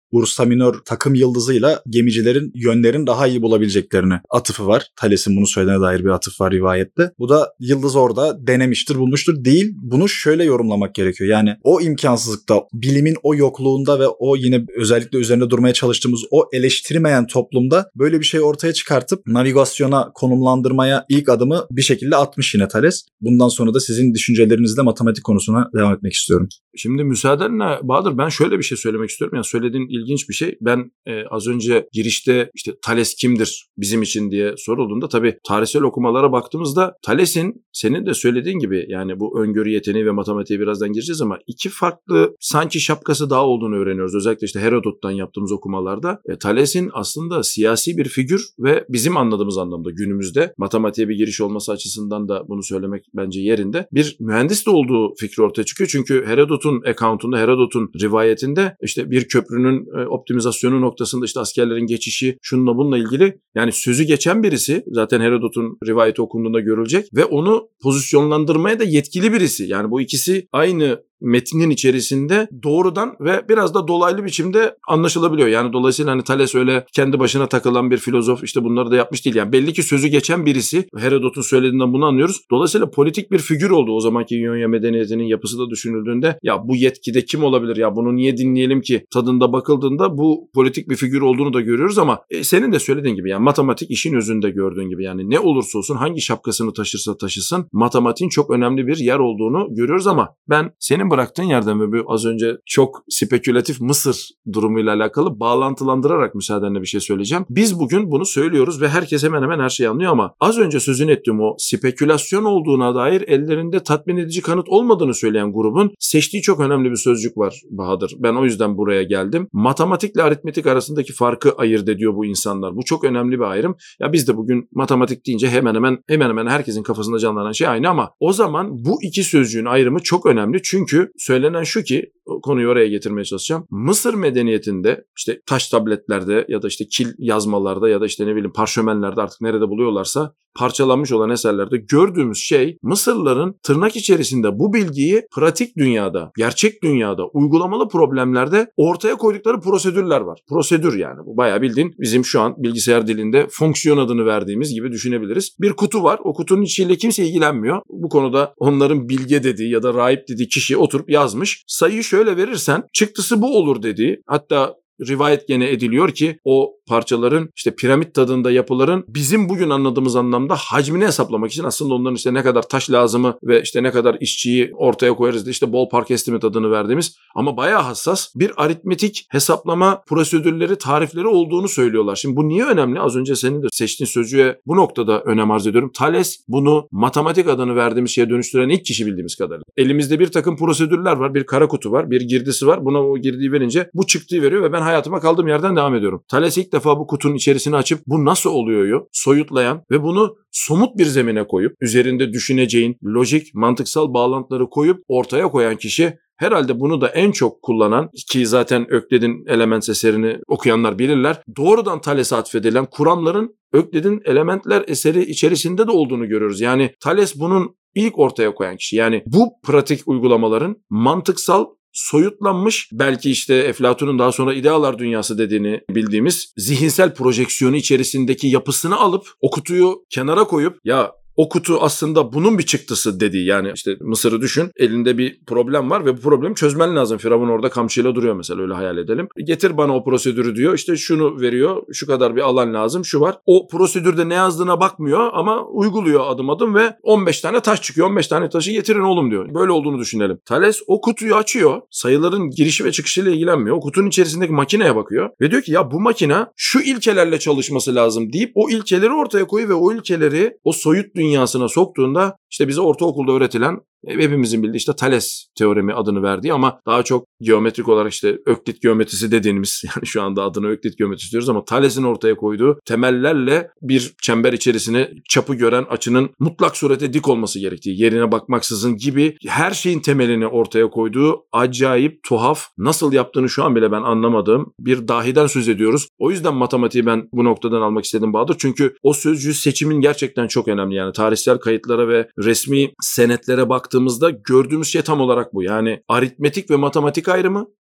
Ursa Minor takım yıldızıyla gemicilerin yönlerini daha iyi bulabileceklerini atıfı var. Thales'in bunu söylediğine dair bir atıf var rivayette. Bu da yıldız orada denemiştir, bulmuştur değil. Bunu şöyle yorumlamak gerekiyor. Yani o imkansızlıkta, bilimin o yokluğunda ve o yine özellikle üzerinde durmaya çalıştığımız o eleştirmeyen toplumda böyle bir şey ortaya çıkartıp navigasyona konumlandırmaya ilk adımı bir şekilde atmış yine Thales. Bundan sonra da sizin düşüncelerinizle matematik konusuna devam etmek istiyorum. Şimdi müsaadenle Bahadır, ben şöyle bir şey söylemek istiyorum. Yani söylediğin ilginç bir şey. Ben e, az önce girişte işte Thales kimdir bizim için diye sorulduğunda tabii tarihsel okumalara baktığımızda Thales'in senin de söylediğin gibi, yani bu öngörü yeteneği ve matematiğe birazdan gireceğiz ama iki farklı sanki şapkası daha olduğunu öğreniyoruz. Özellikle işte Herodot'tan yaptığımız okumalarda e, Thales'in aslında siyasi bir figür ve bizim anladığımız anlamda günümüzde matematiğe bir giriş olması açısından da bunu söylemek bence yerinde. Bir mühendis de olduğu fikri ortaya çıkıyor. Çünkü Herodot'un account'unda, Herodot'un rivayetinde işte bir köprünün e, optimizasyonu noktasında işte askerlerin geçişi şununla bununla ilgili yani sözü geçen birisi, zaten Herodot'un rivayeti okunduğunda görülecek ve onu pozisyonlandırmaya da yetkili birisi. Yani bu ikisi aynı metnin içerisinde doğrudan ve biraz da dolaylı biçimde anlaşılabiliyor. Yani dolayısıyla hani Thales öyle kendi başına takılan bir filozof, işte bunları da yapmış değil. Yani belli ki sözü geçen birisi. Herodot'un söylediğinden bunu anlıyoruz. Dolayısıyla politik bir figür oldu o zamanki İonya medeniyetinin yapısı da düşünüldüğünde. Ya bu yetkide kim olabilir, ya bunu niye dinleyelim ki tadında bakıldığında bu politik bir figür olduğunu da görüyoruz ama e, senin de söylediğin gibi yani matematik işin özünde gördüğün gibi, yani ne olursa olsun hangi şapkasını taşırsa taşısın matematiğin çok önemli bir yer olduğunu görüyoruz ama ben senin bıraktığın yerden ve bu az önce çok spekülatif Mısır durumuyla alakalı bağlantılandırarak müsaadenle bir şey söyleyeceğim. Biz bugün bunu söylüyoruz ve herkes hemen hemen her şeyi anlıyor ama az önce sözünü ettiğim o spekülasyon olduğuna dair ellerinde tatmin edici kanıt olmadığını söyleyen grubun seçtiği çok önemli bir sözcük var Bahadır. Ben o yüzden buraya geldim. Matematikle aritmetik arasındaki farkı ayırt ediyor bu insanlar. Bu çok önemli bir ayrım. Ya biz de bugün matematik deyince hemen hemen hemen hemen herkesin kafasında canlanan şey aynı ama o zaman bu iki sözcüğün ayrımı çok önemli. Çünkü söylenen şu ki, konuyu oraya getirmeye çalışacağım. Mısır medeniyetinde işte taş tabletlerde ya da işte kil yazmalarda ya da işte ne bileyim parşömenlerde, artık nerede buluyorlarsa parçalanmış olan eserlerde gördüğümüz şey, Mısırlıların tırnak içerisinde bu bilgiyi pratik dünyada, gerçek dünyada, uygulamalı problemlerde ortaya koydukları prosedürler var. Prosedür yani. Bu bayağı bildiğin bizim şu an bilgisayar dilinde fonksiyon adını verdiğimiz gibi düşünebiliriz. Bir kutu var. O kutunun içiyle kimse ilgilenmiyor. Bu konuda onların bilge dediği ya da rahip dediği kişi oturup yazmış. Sayıyı şöyle verirsen çıktısı bu olur dediği, hatta rivayet gene ediliyor ki o parçaların işte piramit tadında yapıların bizim bugün anladığımız anlamda hacmini hesaplamak için aslında onların işte ne kadar taş lazımı ve işte ne kadar işçiyi ortaya koyarız da işte ballpark estimate adını verdiğimiz ama bayağı hassas bir aritmetik hesaplama prosedürleri, tarifleri olduğunu söylüyorlar. Şimdi bu niye önemli? Az önce senin de seçtiğin sözcüğe bu noktada önem arz ediyorum. Thales bunu matematik adını verdiğimiz şeye dönüştüren ilk kişi bildiğimiz kadarıyla. Elimizde bir takım prosedürler var, bir kara kutu var, bir girdisi var. Buna o girdiği verince bu çıktığı veriyor ve ben hayatıma kaldığım yerden devam ediyorum. Thales ilk defa bu kutunun içerisini açıp bu nasıl oluyor soyutlayan ve bunu somut bir zemine koyup üzerinde düşüneceğin lojik, mantıksal bağlantıları koyup ortaya koyan kişi. Herhalde bunu da en çok kullanan, ki zaten Öklid'in Elements eserini okuyanlar bilirler, doğrudan Thales'e atfedilen kuramların Öklid'in Elementler eseri içerisinde de olduğunu görüyoruz. Yani Thales bunun ilk ortaya koyan kişi. Yani bu pratik uygulamaların mantıksal, soyutlanmış, belki işte Eflatun'un daha sonra idealar dünyası dediğini bildiğimiz zihinsel projeksiyonu içerisindeki yapısını alıp o kutuyu kenara koyup ya o kutu aslında bunun bir çıktısı dediği, yani işte Mısır'ı düşün, elinde bir problem var ve bu problemi çözmen lazım. Firavun orada kamçıyla duruyor mesela, öyle hayal edelim. Getir bana o prosedürü diyor, işte şunu veriyor, şu kadar bir alan lazım, şu var. O prosedürde ne yazdığına bakmıyor ama uyguluyor adım adım ve on beş tane taş çıkıyor. on beş tane taşı getirin oğlum diyor. Böyle olduğunu düşünelim. Thales o kutuyu açıyor, sayıların girişi ve çıkışıyla ilgilenmiyor. O kutunun içerisindeki makineye bakıyor ve diyor ki ya bu makine şu ilkelerle çalışması lazım deyip o ilkeleri ortaya koyuyor ve o ilkeleri o soyut dünya dünyasına soktuğunda işte bize ortaokulda öğretilen, hepimizin bildiği işte Thales teoremi adını verdiği ama daha çok geometrik olarak işte Öklit geometrisi dediğimiz, yani şu anda adını Öklit geometrisi diyoruz ama Thales'in ortaya koyduğu temellerle bir çember içerisine çapı gören açının mutlak surete dik olması gerektiği, yerine bakmaksızın gibi her şeyin temelini ortaya koyduğu acayip, tuhaf, nasıl yaptığını şu an bile ben anlamadığım bir dahiden söz ediyoruz. O yüzden matematiği ben bu noktadan almak istedim Bahadır. Çünkü o sözcüğü seçimin gerçekten çok önemli. Yani tarihsel kayıtlara ve resmi senetlere baktığımızda gördüğümüz şey tam olarak bu. Yani aritmetik ve matematik ayrımı,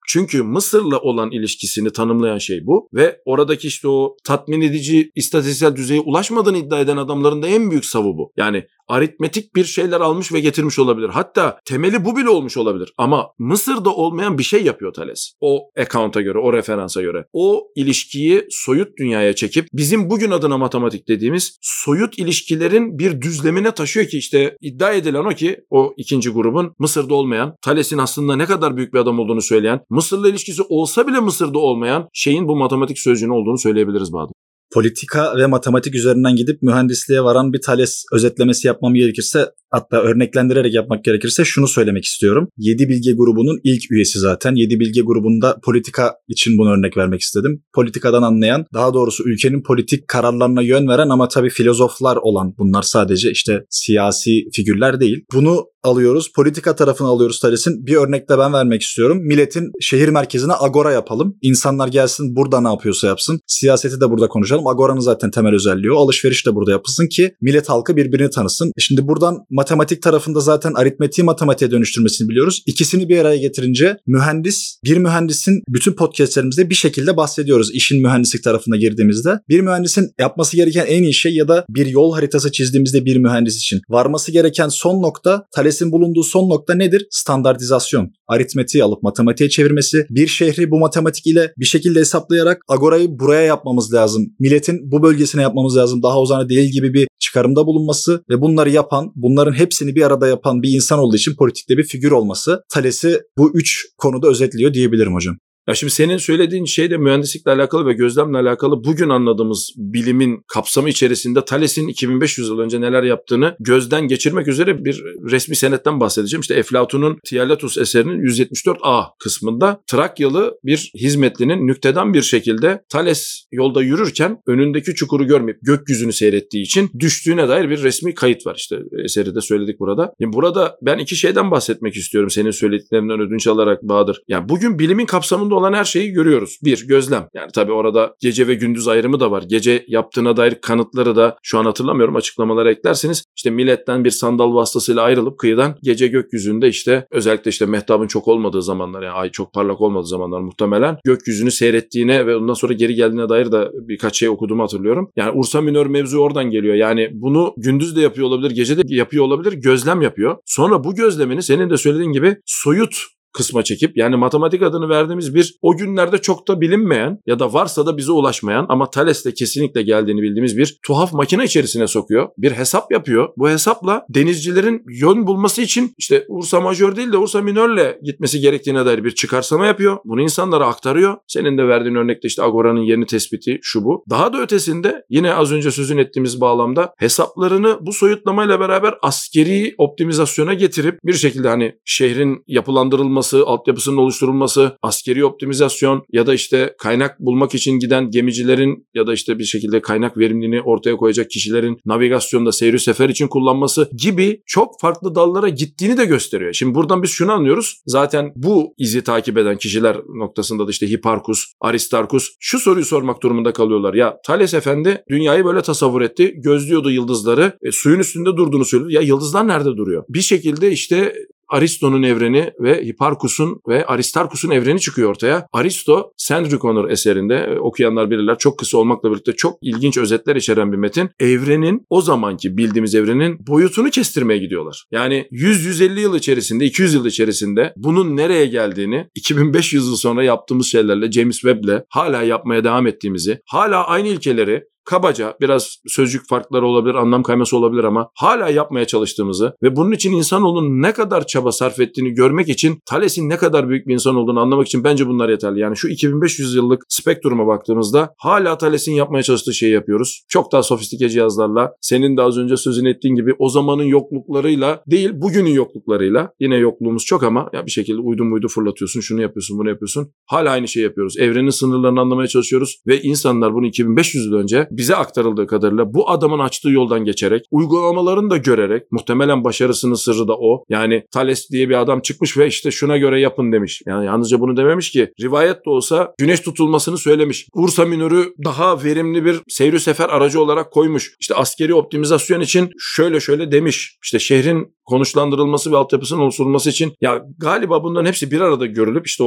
Çünkü Mısır'la olan ilişkisini tanımlayan şey bu ve oradaki işte o tatmin edici istatistiksel düzeye ulaşmadığını iddia eden adamların da en büyük savı bu. Yani aritmetik bir şeyler almış ve getirmiş olabilir. Hatta temeli bu bile olmuş olabilir. Ama Mısır'da olmayan bir şey yapıyor Thales. O account'a göre, o referansa göre. O ilişkiyi soyut dünyaya çekip bizim bugün adına matematik dediğimiz soyut ilişkilerin bir düzlemine taşıyor ki işte iddia edilen o ki o ikinci grubun Mısır'da olmayan, Thales'in aslında ne kadar büyük bir adam olduğunu söyleyen, Mısır'la ilişkisi olsa bile Mısır'da olmayan şeyin bu matematik sözcüğünün olduğunu söyleyebiliriz Bahadır. Politika ve matematik üzerinden gidip mühendisliğe varan bir Thales özetlemesi yapmam gerekirse, hatta örneklendirerek yapmak gerekirse şunu söylemek istiyorum. Yedi Bilge grubunun ilk üyesi zaten. Yedi Bilge grubunda politika için bunu örnek vermek istedim. Politikadan anlayan, daha doğrusu ülkenin politik kararlarına yön veren ama tabii filozoflar olan, bunlar sadece işte siyasi figürler değil. Bunu alıyoruz. Politika tarafını alıyoruz Thales'in. Bir örnek de ben vermek istiyorum. Milletin şehir merkezine agora yapalım. İnsanlar gelsin, burada ne yapıyorsa yapsın. Siyaseti de burada konuşalım. Agora'nın zaten temel özelliği o. Alışveriş de burada yapılsın ki millet halkı birbirini tanısın. Şimdi buradan matematik tarafında zaten aritmetiği matematiğe dönüştürmesini biliyoruz. İkisini bir araya getirince mühendis, bir mühendisin bütün podcastlerimizde bir şekilde bahsediyoruz. İşin mühendislik tarafına girdiğimizde. Bir mühendisin yapması gereken en iyi şey ya da bir yol haritası çizdiğimizde bir mühendis için varması gereken son nokta, Thales'in bulunduğu son nokta nedir? Standartizasyon. Aritmetiği alıp matematiğe çevirmesi. Bir şehri bu matematik ile bir şekilde hesaplayarak agorayı buraya yapmamız lazım. Milletin bu bölgesine yapmamız lazım. Daha uzana değil gibi bir çıkarımda bulunması ve bunları yapan, bunların hepsini bir arada yapan bir insan olduğu için politikte bir figür olması Thales'i bu üç konuda özetliyor diyebilirim hocam. Ya şimdi senin söylediğin şey de mühendislikle alakalı ve gözlemle alakalı bugün anladığımız bilimin kapsamı içerisinde Thales'in iki bin beş yüz yıl önce neler yaptığını gözden geçirmek üzere bir resmi senetten bahsedeceğim. İşte Eflatun'un Tialetus eserinin yüz yetmiş dört A kısmında Trakyalı bir hizmetlinin nüktedan bir şekilde Thales yolda yürürken önündeki çukuru görmeyip gökyüzünü seyrettiği için düştüğüne dair bir resmi kayıt var. İşte eseri de söyledik burada. Yani burada ben iki şeyden bahsetmek istiyorum senin söylediklerinden ödünç alarak Bahadır. Yani bugün bilimin kapsamında olan her şeyi görüyoruz. Bir, gözlem. Yani tabii orada gece ve gündüz ayrımı da var. Gece yaptığına dair kanıtları da şu an hatırlamıyorum, açıklamalara eklersiniz. İşte milletten bir sandal vasıtasıyla ayrılıp kıyıdan gece gökyüzünde işte özellikle işte mehtabın çok olmadığı zamanlar, yani ay çok parlak olmadığı zamanlar muhtemelen gökyüzünü seyrettiğine ve ondan sonra geri geldiğine dair de birkaç şey okuduğumu hatırlıyorum. Yani Ursa Minör mevzu oradan geliyor. Yani bunu gündüz de yapıyor olabilir, gece de yapıyor olabilir, gözlem yapıyor. Sonra bu gözlemini senin de söylediğin gibi soyut kısma çekip, yani matematik adını verdiğimiz bir o günlerde çok da bilinmeyen ya da varsa da bize ulaşmayan ama Thales'te kesinlikle geldiğini bildiğimiz bir tuhaf makine içerisine sokuyor. Bir hesap yapıyor. Bu hesapla denizcilerin yön bulması için işte Ursa Majör değil de Ursa Minör'le gitmesi gerektiğine dair bir çıkarsama yapıyor. Bunu insanlara aktarıyor. Senin de verdiğin örnekte işte Agora'nın yerini tespiti şu bu. Daha da ötesinde yine az önce sözünü ettiğimiz bağlamda hesaplarını bu soyutlamayla beraber askeri optimizasyona getirip bir şekilde hani şehrin yapılandırılması, altyapısının oluşturulması, askeri optimizasyon ya da işte kaynak bulmak için giden gemicilerin ya da işte bir şekilde kaynak verimliliğini ortaya koyacak kişilerin navigasyonda seyri sefer için kullanması gibi çok farklı dallara gittiğini de gösteriyor. Şimdi buradan biz şunu anlıyoruz. Zaten bu izi takip eden kişiler noktasında da işte Hipparchus, Aristarchus şu soruyu sormak durumunda kalıyorlar. Ya Thales Efendi dünyayı böyle tasavvur etti. Gözlüyordu yıldızları. E, suyun üstünde durduğunu söylüyor. Ya yıldızlar nerede duruyor? Bir şekilde işte Aristo'nun evreni ve Hipparchus'un ve Aristarchus'un evreni çıkıyor ortaya. Aristo, Sandricon'un eserinde, e, okuyanlar bilirler, çok kısa olmakla birlikte çok ilginç özetler içeren bir metin. Evrenin, o zamanki bildiğimiz evrenin boyutunu kestirmeye gidiyorlar. Yani yüz yüz elli yıl içerisinde, iki yüz yıl içerisinde bunun nereye geldiğini iki bin beş yüz yıl sonra yaptığımız şeylerle, James Webb'le hala yapmaya devam ettiğimizi, hala aynı ilkeleri kabaca, biraz sözcük farkları olabilir, anlam kayması olabilir ama hala yapmaya çalıştığımızı ve bunun için insanoğlunun ne kadar çaba sarf ettiğini görmek için, Thales'in ne kadar büyük bir insan olduğunu anlamak için bence bunlar yeterli. Yani şu iki bin beş yüz yıllık spektruma baktığımızda hala Thales'in yapmaya çalıştığı şeyi yapıyoruz. Çok daha sofistike cihazlarla, senin de az önce sözünü ettiğin gibi o zamanın yokluklarıyla değil, bugünün yokluklarıyla. Yine yokluğumuz çok ama ya bir şekilde uydu muydu fırlatıyorsun, şunu yapıyorsun, bunu yapıyorsun. Hala aynı şeyi yapıyoruz. Evrenin sınırlarını anlamaya çalışıyoruz ve insanlar bunu iki bin beş yüz yıl önce bize aktarıldığı kadarıyla bu adamın açtığı yoldan geçerek, uygulamalarını da görerek, muhtemelen başarısının sırrı da o. Yani Thales diye bir adam çıkmış ve işte şuna göre yapın demiş. Yani yalnızca bunu dememiş ki, rivayet de olsa güneş tutulmasını söylemiş. Ursa Minör'ü daha verimli bir seyri sefer aracı olarak koymuş. İşte askeri optimizasyon için şöyle şöyle demiş. İşte şehrin konuşlandırılması ve altyapısının oluşturulması için, ya galiba bunların hepsi bir arada görülüp işte o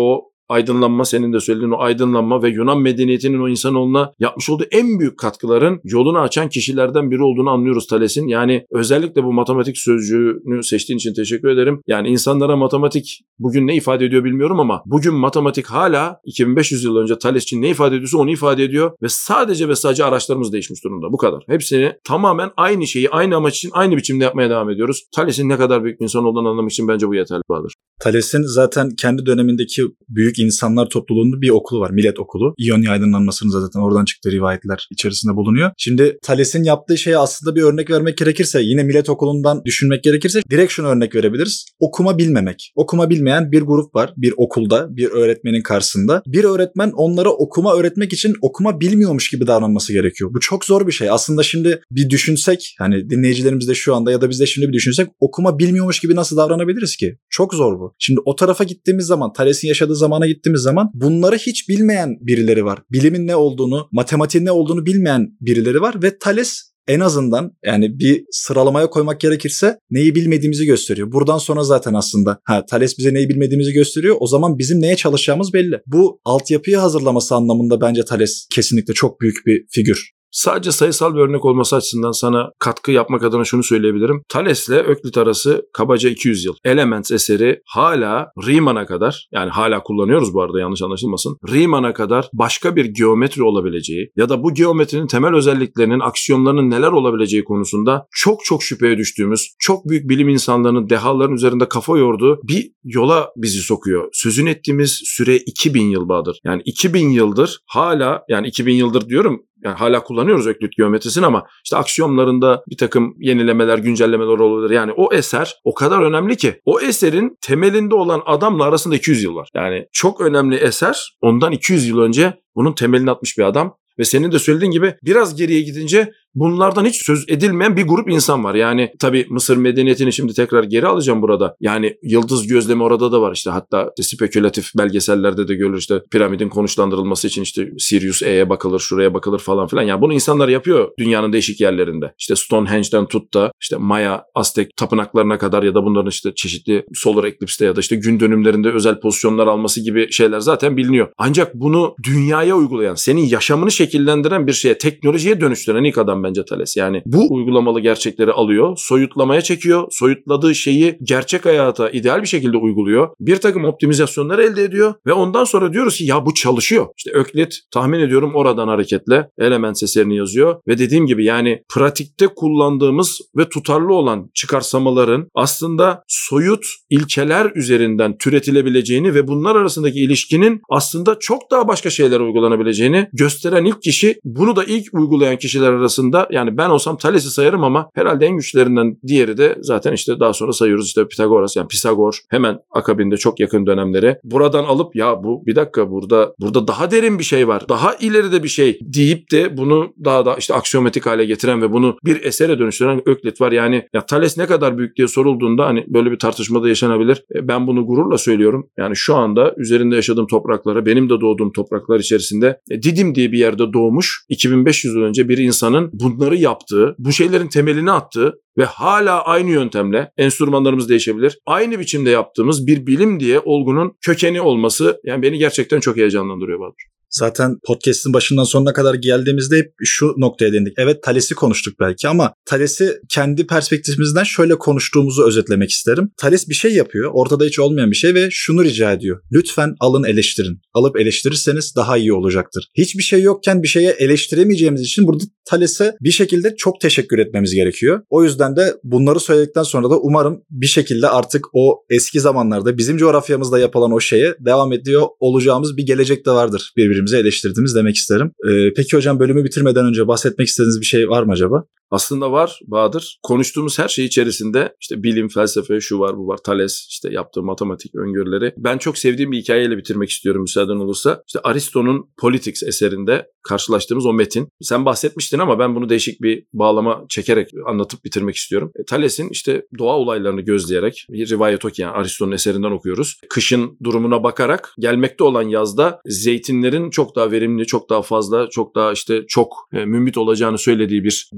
aydınlanma, senin de söylediğin o aydınlanma ve Yunan medeniyetinin o insanoğluna yapmış olduğu en büyük katkıların yolunu açan kişilerden biri olduğunu anlıyoruz Thales'in. Yani özellikle bu matematik sözcüğünü seçtiğin için teşekkür ederim. Yani insanlara matematik bugün ne ifade ediyor bilmiyorum ama bugün matematik hala iki bin beş yüz yıl önce Thales için ne ifade ediyorsa onu ifade ediyor ve sadece ve sadece araçlarımız değişmiş durumda. Bu kadar. Hepsini tamamen aynı şeyi aynı amaç için aynı biçimde yapmaya devam ediyoruz. Thales'in ne kadar büyük bir insan olduğunu anlamak için bence bu yeterli Bahadır. Thales'in zaten kendi dönemindeki büyük insanlar topluluğunda bir okulu var. Millet Okulu. İonya aydınlanmasının zaten oradan çıktığı rivayetler içerisinde bulunuyor. Şimdi Thales'in yaptığı şeye aslında bir örnek vermek gerekirse, yine Millet Okulu'ndan düşünmek gerekirse direkt şunu örnek verebiliriz. Okuma bilmemek. Okuma bilmeyen bir grup var bir okulda, bir öğretmenin karşısında. Bir öğretmen onlara okuma öğretmek için okuma bilmiyormuş gibi davranması gerekiyor. Bu çok zor bir şey. Aslında şimdi bir düşünsek, hani dinleyicilerimiz de şu anda ya da biz de şimdi bir düşünsek, okuma bilmiyormuş gibi nasıl davranabiliriz ki? Çok zor bu. Şimdi o tarafa gittiğimiz zaman, Thales'in yaşadığı zamana gittiğimiz zaman bunları hiç bilmeyen birileri var. Bilimin ne olduğunu, matematiğin ne olduğunu bilmeyen birileri var ve Thales en azından, yani bir sıralamaya koymak gerekirse, neyi bilmediğimizi gösteriyor. Buradan sonra zaten aslında ha, Thales bize neyi bilmediğimizi gösteriyor. O zaman bizim neye çalışacağımız belli. Bu altyapıyı hazırlaması anlamında bence Thales kesinlikle çok büyük bir figür. Sadece sayısal bir örnek olması açısından sana katkı yapmak adına şunu söyleyebilirim. Thales'le Öklit arası kabaca iki yüz yıl. Elements eseri hala Riemann'a kadar, yani hala kullanıyoruz bu arada, yanlış anlaşılmasın, Riemann'a kadar başka bir geometri olabileceği ya da bu geometrinin temel özelliklerinin, aksiyonlarının neler olabileceği konusunda çok çok şüpheye düştüğümüz, çok büyük bilim insanlarının, dehaların üzerinde kafa yorduğu bir yola bizi sokuyor. Sözünü ettiğimiz süre iki bin yıl Bahadır. Yani iki bin yıldır hala, yani iki bin yıldır diyorum, yani hala kullanıyoruz Öklit geometrisini ama işte aksiyonlarında bir takım yenilemeler, güncellemeler olabilir. Yani o eser o kadar önemli ki o eserin temelinde olan adamla arasında iki yüz yıl var. Yani çok önemli eser, ondan iki yüz yıl önce bunun temelini atmış bir adam. Ve senin de söylediğin gibi biraz geriye gidince bunlardan hiç söz edilmeyen bir grup insan var. Yani tabii Mısır medeniyetini şimdi tekrar geri alacağım burada. Yani yıldız gözlemi orada da var işte. Hatta spekülatif belgesellerde de görülür, işte piramidin konuşlandırılması için işte Sirius E'ye bakılır, şuraya bakılır falan filan. Yani bunu insanlar yapıyor dünyanın değişik yerlerinde. İşte Stonehenge'den tut da işte Maya, Aztek tapınaklarına kadar ya da bunların işte çeşitli solar eclipse'te ya da işte gün dönümlerinde özel pozisyonlar alması gibi şeyler zaten biliniyor. Ancak bunu dünyaya uygulayan, senin yaşamını şekillendiren bir şeye, teknolojiye dönüştüren ilk adam bence Thales. Yani bu uygulamalı gerçekleri alıyor, soyutlamaya çekiyor, soyutladığı şeyi gerçek hayata ideal bir şekilde uyguluyor. Bir takım optimizasyonlar elde ediyor ve ondan sonra diyoruz ki ya bu çalışıyor. İşte Öklit tahmin ediyorum oradan hareketle Elements eserini yazıyor ve dediğim gibi yani pratikte kullandığımız ve tutarlı olan çıkarsamaların aslında soyut ilkeler üzerinden türetilebileceğini ve bunlar arasındaki ilişkinin aslında çok daha başka şeylere uygulanabileceğini gösteren ilk kişi, bunu da ilk uygulayan kişiler arasında, yani ben olsam Thales'i sayarım ama herhalde en güçlerinden diğeri de zaten işte daha sonra sayıyoruz işte Pitagoras, yani Pisagor hemen akabinde çok yakın dönemlere. Buradan alıp ya bu bir dakika burada burada daha derin bir şey var, daha ileride bir şey deyip de bunu daha da işte aksiyomatik hale getiren ve bunu bir esere dönüştüren Öklit var. Yani ya Thales ne kadar büyük diye sorulduğunda hani böyle bir tartışmada yaşanabilir. Ben bunu gururla söylüyorum. Yani şu anda üzerinde yaşadığım topraklara, benim de doğduğum topraklar içerisinde Didim diye bir yerde doğmuş iki bin beş yüz yıl önce bir insanın bunları yaptığı, bu şeylerin temelini attığı ve hala aynı yöntemle, enstrümanlarımız değişebilir, aynı biçimde yaptığımız bir bilim diye olgunun kökeni olması yani beni gerçekten çok heyecanlandırıyor Bahadır. Zaten podcast'in başından sonuna kadar geldiğimizde hep şu noktaya değindik. Evet, Thales'i konuştuk belki ama Thales'i kendi perspektifimizden şöyle konuştuğumuzu özetlemek isterim. Thales bir şey yapıyor, ortada hiç olmayan bir şey ve şunu rica ediyor. Lütfen alın eleştirin. Alıp eleştirirseniz daha iyi olacaktır. Hiçbir şey yokken bir şeye eleştiremeyeceğimiz için burada Thales'e bir şekilde çok teşekkür etmemiz gerekiyor. O yüzden de bunları söyledikten sonra da umarım bir şekilde artık o eski zamanlarda bizim coğrafyamızda yapılan o şeye devam ediyor olacağımız bir gelecek de vardır birbirimize eleştirdiğimiz demek isterim. Ee, peki hocam, bölümü bitirmeden önce bahsetmek istediğiniz bir şey var mı acaba? Aslında var Bahadır. Konuştuğumuz her şey içerisinde işte bilim, felsefe, şu var bu var, Thales, işte yaptığı matematik öngörüleri. Ben çok sevdiğim bir hikayeyle bitirmek istiyorum müsaaden olursa. İşte Aristo'nun Politics eserinde karşılaştığımız o metin. Sen bahsetmiştin ama ben bunu değişik bir bağlama çekerek anlatıp bitirmek istiyorum. E, Thales'in işte doğa olaylarını gözleyerek, bir rivayet o ki yani Aristo'nun eserinden okuyoruz. Kışın durumuna bakarak gelmekte olan yazda zeytinlerin çok daha verimli, çok daha fazla, çok daha işte çok e, mümbit olacağını söylediği bir dönemde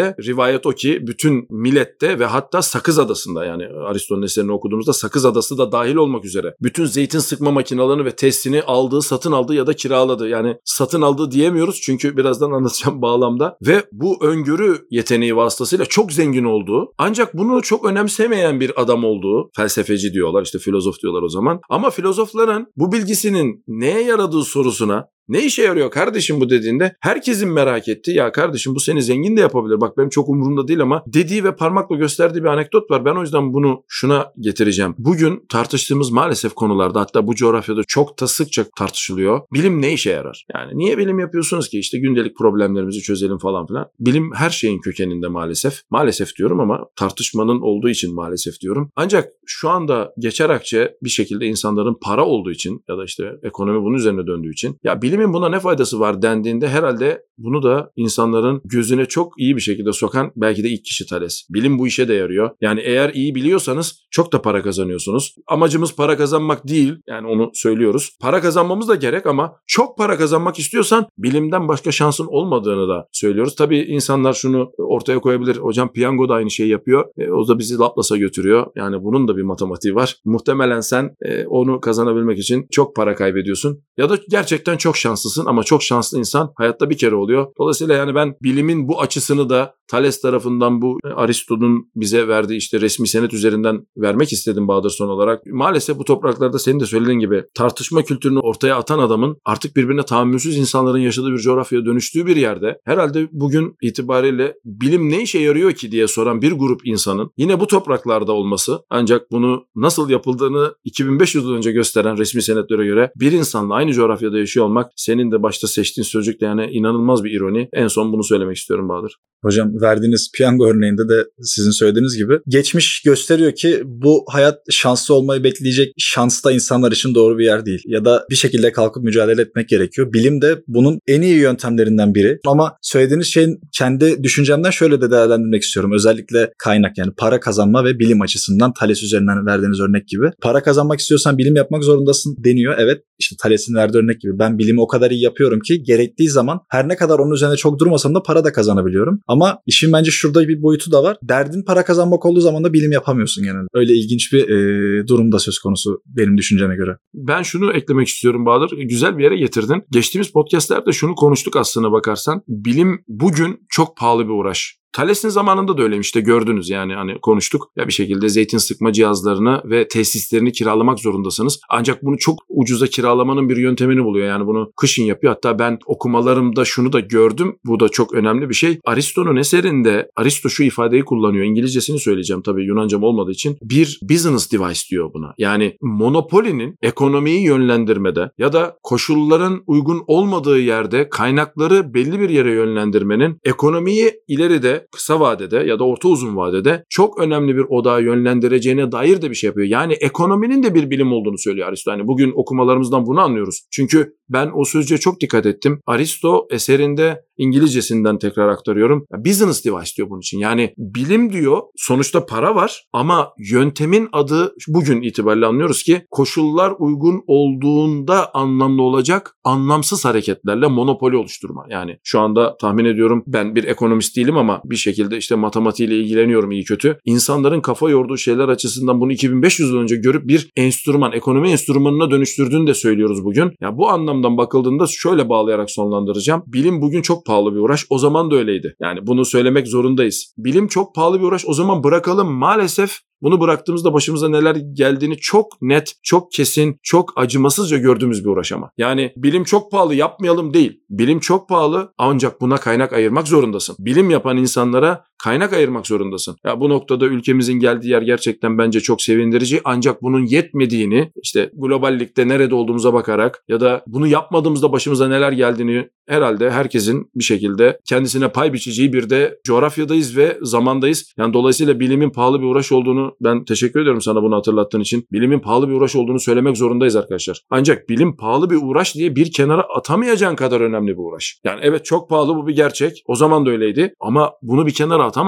de rivayet o ki bütün millette ve hatta Sakız Adası'nda, yani Aristo'nun eserini okuduğumuzda Sakız Adası da dahil olmak üzere bütün zeytin sıkma makinalarını ve testini aldığı, satın aldığı ya da kiraladı. Yani satın aldığı diyemiyoruz çünkü birazdan anlatacağım bağlamda. Ve bu öngörü yeteneği vasıtasıyla çok zengin olduğu, ancak bunu çok önemsemeyen bir adam olduğu, felsefeci diyorlar, işte filozof diyorlar o zaman. Ama filozofların bu bilgisinin neye yaradığı sorusuna, ne işe yarıyor kardeşim bu dediğinde herkesin merak ettiği, ya kardeşim bu seni zengin de yapabilir, bak benim çok umurumda değil ama dediği ve parmakla gösterdiği bir anekdot var. Ben o yüzden bunu şuna getireceğim. Bugün tartıştığımız maalesef konularda, hatta bu coğrafyada çok da sıkça tartışılıyor. Bilim ne işe yarar? Yani niye bilim yapıyorsunuz ki? İşte gündelik problemlerimizi çözelim falan filan. Bilim her şeyin kökeninde maalesef. Maalesef diyorum ama tartışmanın olduğu için maalesef diyorum. Ancak şu anda geçer akçe bir şekilde insanların para olduğu için ya da işte ekonomi bunun üzerine döndüğü için, ya bilim Bilimin buna ne faydası var dendiğinde herhalde bunu da insanların gözüne çok iyi bir şekilde sokan belki de ilk kişi Thales. Bilim bu işe de yarıyor. Yani eğer iyi biliyorsanız çok da para kazanıyorsunuz. Amacımız para kazanmak değil. Yani onu söylüyoruz. Para kazanmamız da gerek ama çok para kazanmak istiyorsan bilimden başka şansın olmadığını da söylüyoruz. Tabii insanlar şunu ortaya koyabilir. Hocam piyango da aynı şeyi yapıyor. E, o da bizi Laplas'a götürüyor. Yani bunun da bir matematiği var. Muhtemelen sen e, onu kazanabilmek için çok para kaybediyorsun. Ya da gerçekten çok şanslısın ama çok şanslı insan hayatta bir kere oluyor. Dolayısıyla yani ben bilimin bu açısını da Thales tarafından bu Aristo'nun bize verdiği işte resmi senet üzerinden vermek istedim Bahadır son olarak. Maalesef bu topraklarda senin de söylediğin gibi tartışma kültürünü ortaya atan adamın artık birbirine tahammülsüz insanların yaşadığı bir coğrafyaya dönüştüğü bir yerde herhalde bugün itibariyle bilim ne işe yarıyor ki diye soran bir grup insanın yine bu topraklarda olması, ancak bunu nasıl yapıldığını iki bin beş yüz yıl önce gösteren resmi senetlere göre bir insanla aynı coğrafyada yaşıyor olmak, senin de başta seçtiğin sözcük de yani inanılmaz bir ironi. En son bunu söylemek istiyorum Bahadır. Hocam verdiğiniz piyango örneğinde de sizin söylediğiniz gibi geçmiş gösteriyor ki bu hayat şanslı olmayı bekleyecek şanslı insanlar için doğru bir yer değil. Ya da bir şekilde kalkıp mücadele etmek gerekiyor. Bilim de bunun en iyi yöntemlerinden biri. Ama söylediğiniz şeyin kendi düşüncemden şöyle de değerlendirmek istiyorum. Özellikle kaynak, yani para kazanma ve bilim açısından Thales üzerinden verdiğiniz örnek gibi. Para kazanmak istiyorsan bilim yapmak zorundasın deniyor. Evet, işte Thales'in verdiği örnek gibi ben bilimi o kadar iyi yapıyorum ki gerektiği zaman her ne kadar onun üzerine çok durmasam da para da kazanabiliyorum. Ama işin bence şurada bir boyutu da var. Derdin para kazanmak olduğu zaman da bilim yapamıyorsun genelde. Öyle ilginç bir e, durum da söz konusu benim düşünceme göre. Ben şunu eklemek istiyorum Bahadır. Güzel bir yere getirdin. Geçtiğimiz podcastlerde şunu konuştuk aslına bakarsan. Bilim bugün çok pahalı bir uğraş. Thales'in zamanında da öyleymiş, işte gördünüz yani hani konuştuk ya, bir şekilde zeytin sıkma cihazlarını ve tesislerini kiralamak zorundasınız. Ancak bunu çok ucuza kiralamanın bir yöntemini buluyor, yani bunu kışın yapıyor. Hatta ben okumalarımda şunu da gördüm, bu da çok önemli bir şey. Aristo'nun eserinde Aristo şu ifadeyi kullanıyor, İngilizcesini söyleyeceğim tabii Yunancam olmadığı için. Bir business device diyor buna. Yani monopolinin ekonomiyi yönlendirmede ya da koşulların uygun olmadığı yerde kaynakları belli bir yere yönlendirmenin ekonomiyi ileride kısa vadede ya da orta uzun vadede çok önemli bir odağa yönlendireceğine dair de bir şey yapıyor. Yani ekonominin de bir bilim olduğunu söylüyor Aristo. Yani bugün okumalarımızdan bunu anlıyoruz. Çünkü ben o sözcüğe çok dikkat ettim. Aristo eserinde İngilizcesinden tekrar aktarıyorum. Business device diyor bunun için. Yani bilim diyor, sonuçta para var ama yöntemin adı bugün itibariyle anlıyoruz ki koşullar uygun olduğunda anlamlı olacak anlamsız hareketlerle monopoli oluşturma. Yani şu anda tahmin ediyorum, ben bir ekonomist değilim ama bir şekilde işte matematiğiyle ilgileniyorum iyi kötü. İnsanların kafa yorduğu şeyler açısından bunu iki bin beş yüz yıl önce görüp bir enstrüman, ekonomi enstrümanına dönüştürdüğünü de söylüyoruz bugün. Ya bu anlamdan bakıldığında şöyle bağlayarak sonlandıracağım. Bilim bugün çok pahalı bir uğraş. O zaman da öyleydi. Yani bunu söylemek zorundayız. Bilim çok pahalı bir uğraş. O zaman bırakalım. Maalesef bunu bıraktığımızda başımıza neler geldiğini çok net, çok kesin, çok acımasızca gördüğümüz bir uğraş ama. Yani bilim çok pahalı, yapmayalım değil. Bilim çok pahalı ancak buna kaynak ayırmak zorundasın. Bilim yapan insanlara kaynak ayırmak zorundasın. Ya bu noktada ülkemizin geldiği yer gerçekten bence çok sevindirici, ancak bunun yetmediğini işte globallikte nerede olduğumuza bakarak ya da bunu yapmadığımızda başımıza neler geldiğini herhalde herkesin bir şekilde kendisine pay biçeceği bir de coğrafyadayız ve zamandayız. Yani dolayısıyla bilimin pahalı bir uğraş olduğunu, ben teşekkür ediyorum sana bunu hatırlattığın için. Bilimin pahalı bir uğraş olduğunu söylemek zorundayız arkadaşlar. Ancak bilim pahalı bir uğraş diye bir kenara atamayacağın kadar önemli bir uğraş. Yani evet çok pahalı, bu bir gerçek. O zaman da öyleydi ama bunu bir kenara atamazsın.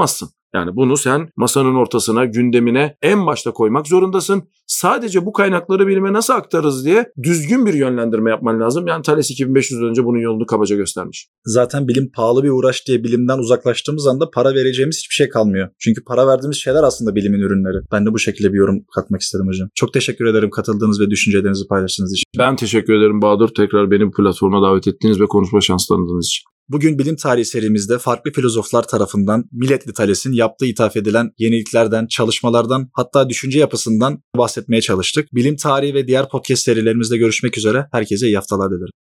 Yani bunu sen masanın ortasına, gündemine en başta koymak zorundasın. Sadece bu kaynakları bilime nasıl aktarırız diye düzgün bir yönlendirme yapman lazım. Yani Thales iki bin beş yüz yıl önce bunun yolunu kabaca göstermiş. Zaten bilim pahalı bir uğraş diye bilimden uzaklaştığımız anda para vereceğimiz hiçbir şey kalmıyor. Çünkü para verdiğimiz şeyler aslında bilimin ürünleri. Ben de bu şekilde bir yorum katmak istedim hocam. Çok teşekkür ederim katıldığınız ve düşüncelerinizi paylaştığınız için. Ben teşekkür ederim Bahadır. Tekrar beni bu platforma davet ettiğiniz ve konuşma şansı tanıdığınız için. Bugün bilim tarihi serimizde farklı filozoflar tarafından Milletli Thales'in yaptığı ithaf edilen yeniliklerden, çalışmalardan, hatta düşünce yapısından bahsetmeye çalıştık. Bilim tarihi ve diğer podcast serilerimizde görüşmek üzere. Herkese iyi haftalar dilerim.